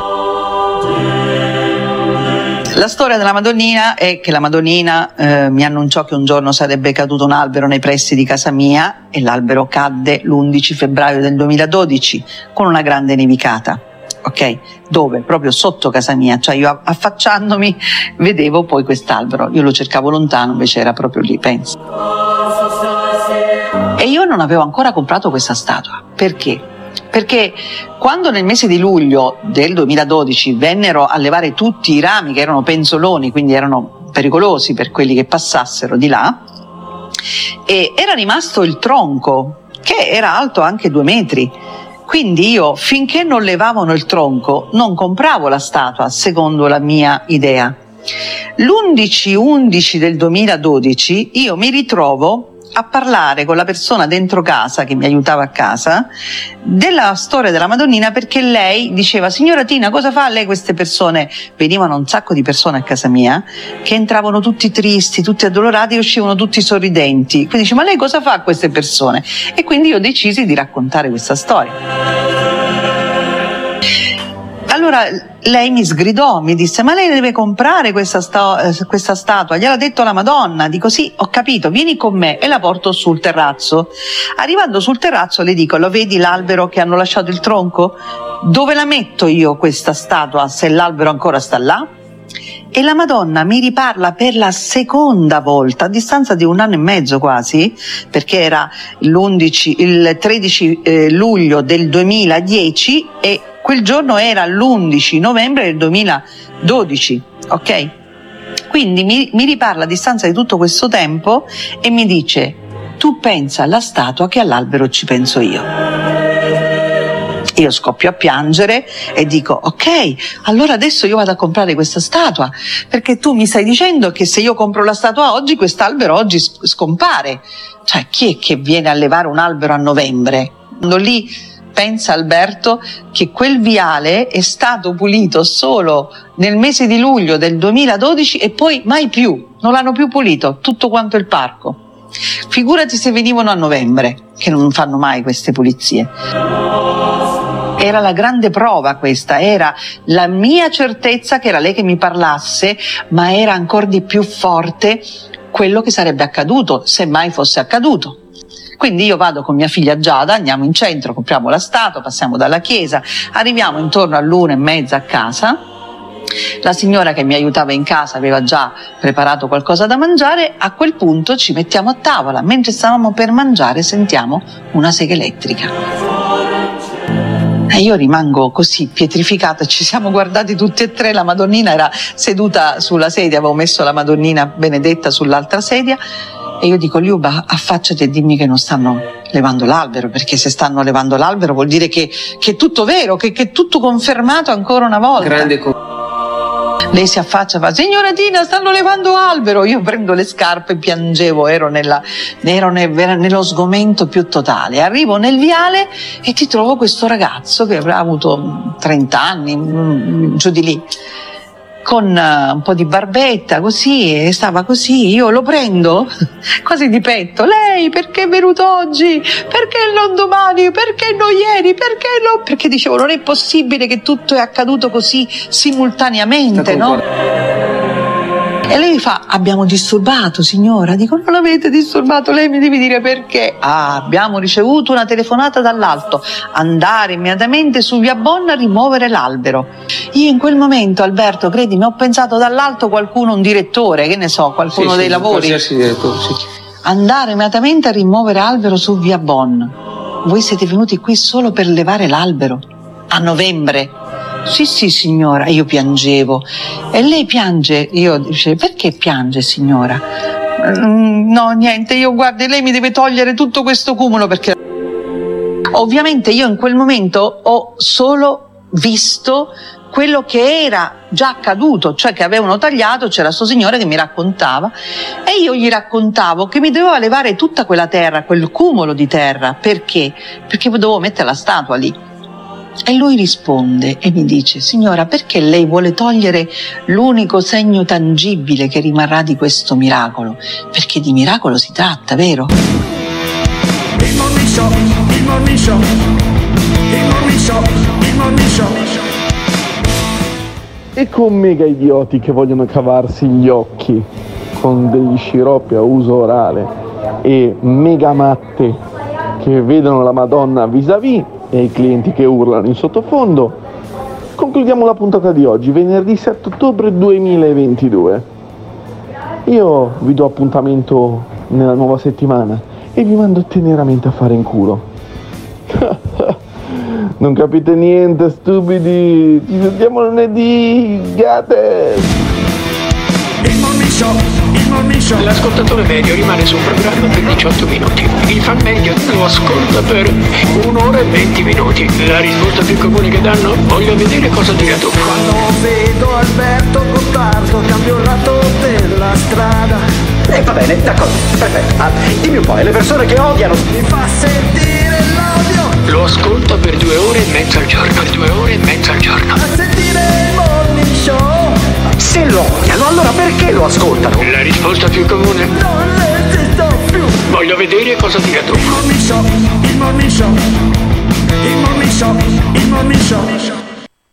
La storia della Madonnina è che la Madonnina mi annunciò che un giorno sarebbe caduto un albero nei pressi di casa mia, e l'albero cadde l'11 febbraio del 2012 con una grande nevicata. Ok? Dove? Proprio sotto casa mia, cioè io affacciandomi vedevo poi quest'albero, io lo cercavo lontano, invece era proprio lì, penso. E io non avevo ancora comprato questa statua. Perché? Perché quando nel mese di luglio del 2012 vennero a levare tutti i rami che erano penzoloni, quindi erano pericolosi per quelli che passassero di là, e era rimasto il tronco che era alto anche 2 metri. Quindi io, finché non levavano il tronco, non compravo la statua secondo la mia idea. L'11/11 del 2012 io mi ritrovo a parlare con la persona dentro casa che mi aiutava a casa della storia della Madonnina, perché lei diceva: signora Tina, cosa fa lei queste persone? Venivano un sacco di persone a casa mia che entravano tutti tristi, tutti addolorati e uscivano tutti sorridenti. Quindi dice: ma lei cosa fa a queste persone? E quindi io decisi di raccontare questa storia. Allora Allora lei mi sgridò, mi disse: ma lei deve comprare questa statua, gliel'ha detto la Madonna. Dico: sì, ho capito, vieni con me, e la porto sul terrazzo. Arrivando sul terrazzo le dico: lo vedi l'albero che hanno lasciato il tronco? Dove la metto io questa statua se l'albero ancora sta là? E la Madonna mi riparla per la seconda volta, a distanza di 1 anno e mezzo quasi, perché era il 13 luglio del 2010 e quel giorno era l'11 novembre del 2012, ok? Quindi mi riparla a distanza di tutto questo tempo e mi dice: tu pensa alla statua che all'albero ci penso io. Io scoppio a piangere e dico: ok, allora adesso io vado a comprare questa statua, perché tu mi stai dicendo che se io compro la statua oggi, quest'albero oggi scompare. Cioè, chi è che viene a levare un albero a novembre? Quando lì pensa Alberto che quel viale è stato pulito solo nel mese di luglio del 2012 e poi mai più, non l'hanno più pulito, tutto quanto il parco. Figurati se venivano a novembre, che non fanno mai queste pulizie. Era la grande prova questa, era la mia certezza che era lei che mi parlasse, ma era ancora di più forte quello che sarebbe accaduto, se mai fosse accaduto. Quindi io vado con mia figlia Giada, andiamo in centro, compriamo la statua, passiamo dalla chiesa, arriviamo intorno all'1:30 a casa. La signora che mi aiutava in casa aveva già preparato qualcosa da mangiare. A quel punto ci mettiamo a tavola, mentre stavamo per mangiare sentiamo una sega elettrica. E io rimango così pietrificata, ci siamo guardati tutti e tre, la Madonnina era seduta sulla sedia, avevo messo la Madonnina Benedetta sull'altra sedia e io dico: Liuba, affacciati e dimmi che non stanno levando l'albero, perché se stanno levando l'albero vuol dire che è tutto vero, che è tutto confermato ancora una volta. Lei si affaccia e fa: signora Tina, stanno levando albero. Io prendo le scarpe e piangevo, ero nello sgomento più totale. Arrivo nel viale e ti trovo questo ragazzo che avrà avuto 30 anni, giù di lì, con un po' di barbetta così, e stava così. Io lo prendo quasi di petto: lei perché è venuto oggi? Perché non domani? Perché non ieri? Perché no? Perché dicevo, non è possibile che tutto è accaduto così simultaneamente, no? E lei fa: abbiamo disturbato, signora. Dico: non avete disturbato, lei mi deve dire perché. Abbiamo ricevuto una telefonata dall'alto, andare immediatamente su via Bonna a rimuovere l'albero. Io in quel momento, Alberto, credimi, ho pensato dall'alto qualcuno, un direttore, che ne so, qualcuno dei lavori. Direttore, sì. Andare immediatamente a rimuovere l'albero su via Bonna. Voi siete venuti qui solo per levare l'albero? A novembre? Sì, signora. Io piangevo. E lei piange? Io dicevo: perché piange, signora? No, niente, io guardi, lei mi deve togliere tutto questo cumulo, perché ovviamente io in quel momento ho solo visto quello che era già accaduto, cioè che avevano tagliato, c'era sto signore che mi raccontava e io gli raccontavo che mi doveva levare tutta quella terra, quel cumulo di terra. Perché? Perché dovevo mettere la statua lì. E lui risponde e mi dice: signora, perché lei vuole togliere l'unico segno tangibile che rimarrà di questo miracolo? Perché di miracolo si tratta, vero? Il Morning Show, il Morning Show, il Morning Show, il Morning Show. E con mega idioti che vogliono cavarsi gli occhi con degli sciroppi a uso orale e mega matte che vedono la Madonna vis-à-vis e i clienti che urlano in sottofondo, concludiamo la puntata di oggi, venerdì 7 ottobre 2022. Io vi do appuntamento nella nuova settimana e vi mando teneramente a fare in culo. Non capite niente, stupidi. Ci sentiamo lunedì, gate. Il Morning Show, il Morning Show. L'ascoltatore medio rimane sul programma per 18 minuti. Il fan medio lo ascolta per 1 ora e 20 minuti. La risposta più comune che danno: voglio vedere cosa dirà tu. Quando vedo Alberto Gottardo cambio il lato della strada. Va bene, d'accordo, perfetto. Dimmi un po', e le persone che odiano? Mi fa sentire l'odio. Lo ascolta per 2 ore e mezza al giorno. Per 2 ore e mezza al giorno. A sentire il Morning Show. Se lo odiano, allora perché lo ascoltano? La risposta più comune: non esisto più. Voglio vedere cosa dirà tu. Il Morning Show.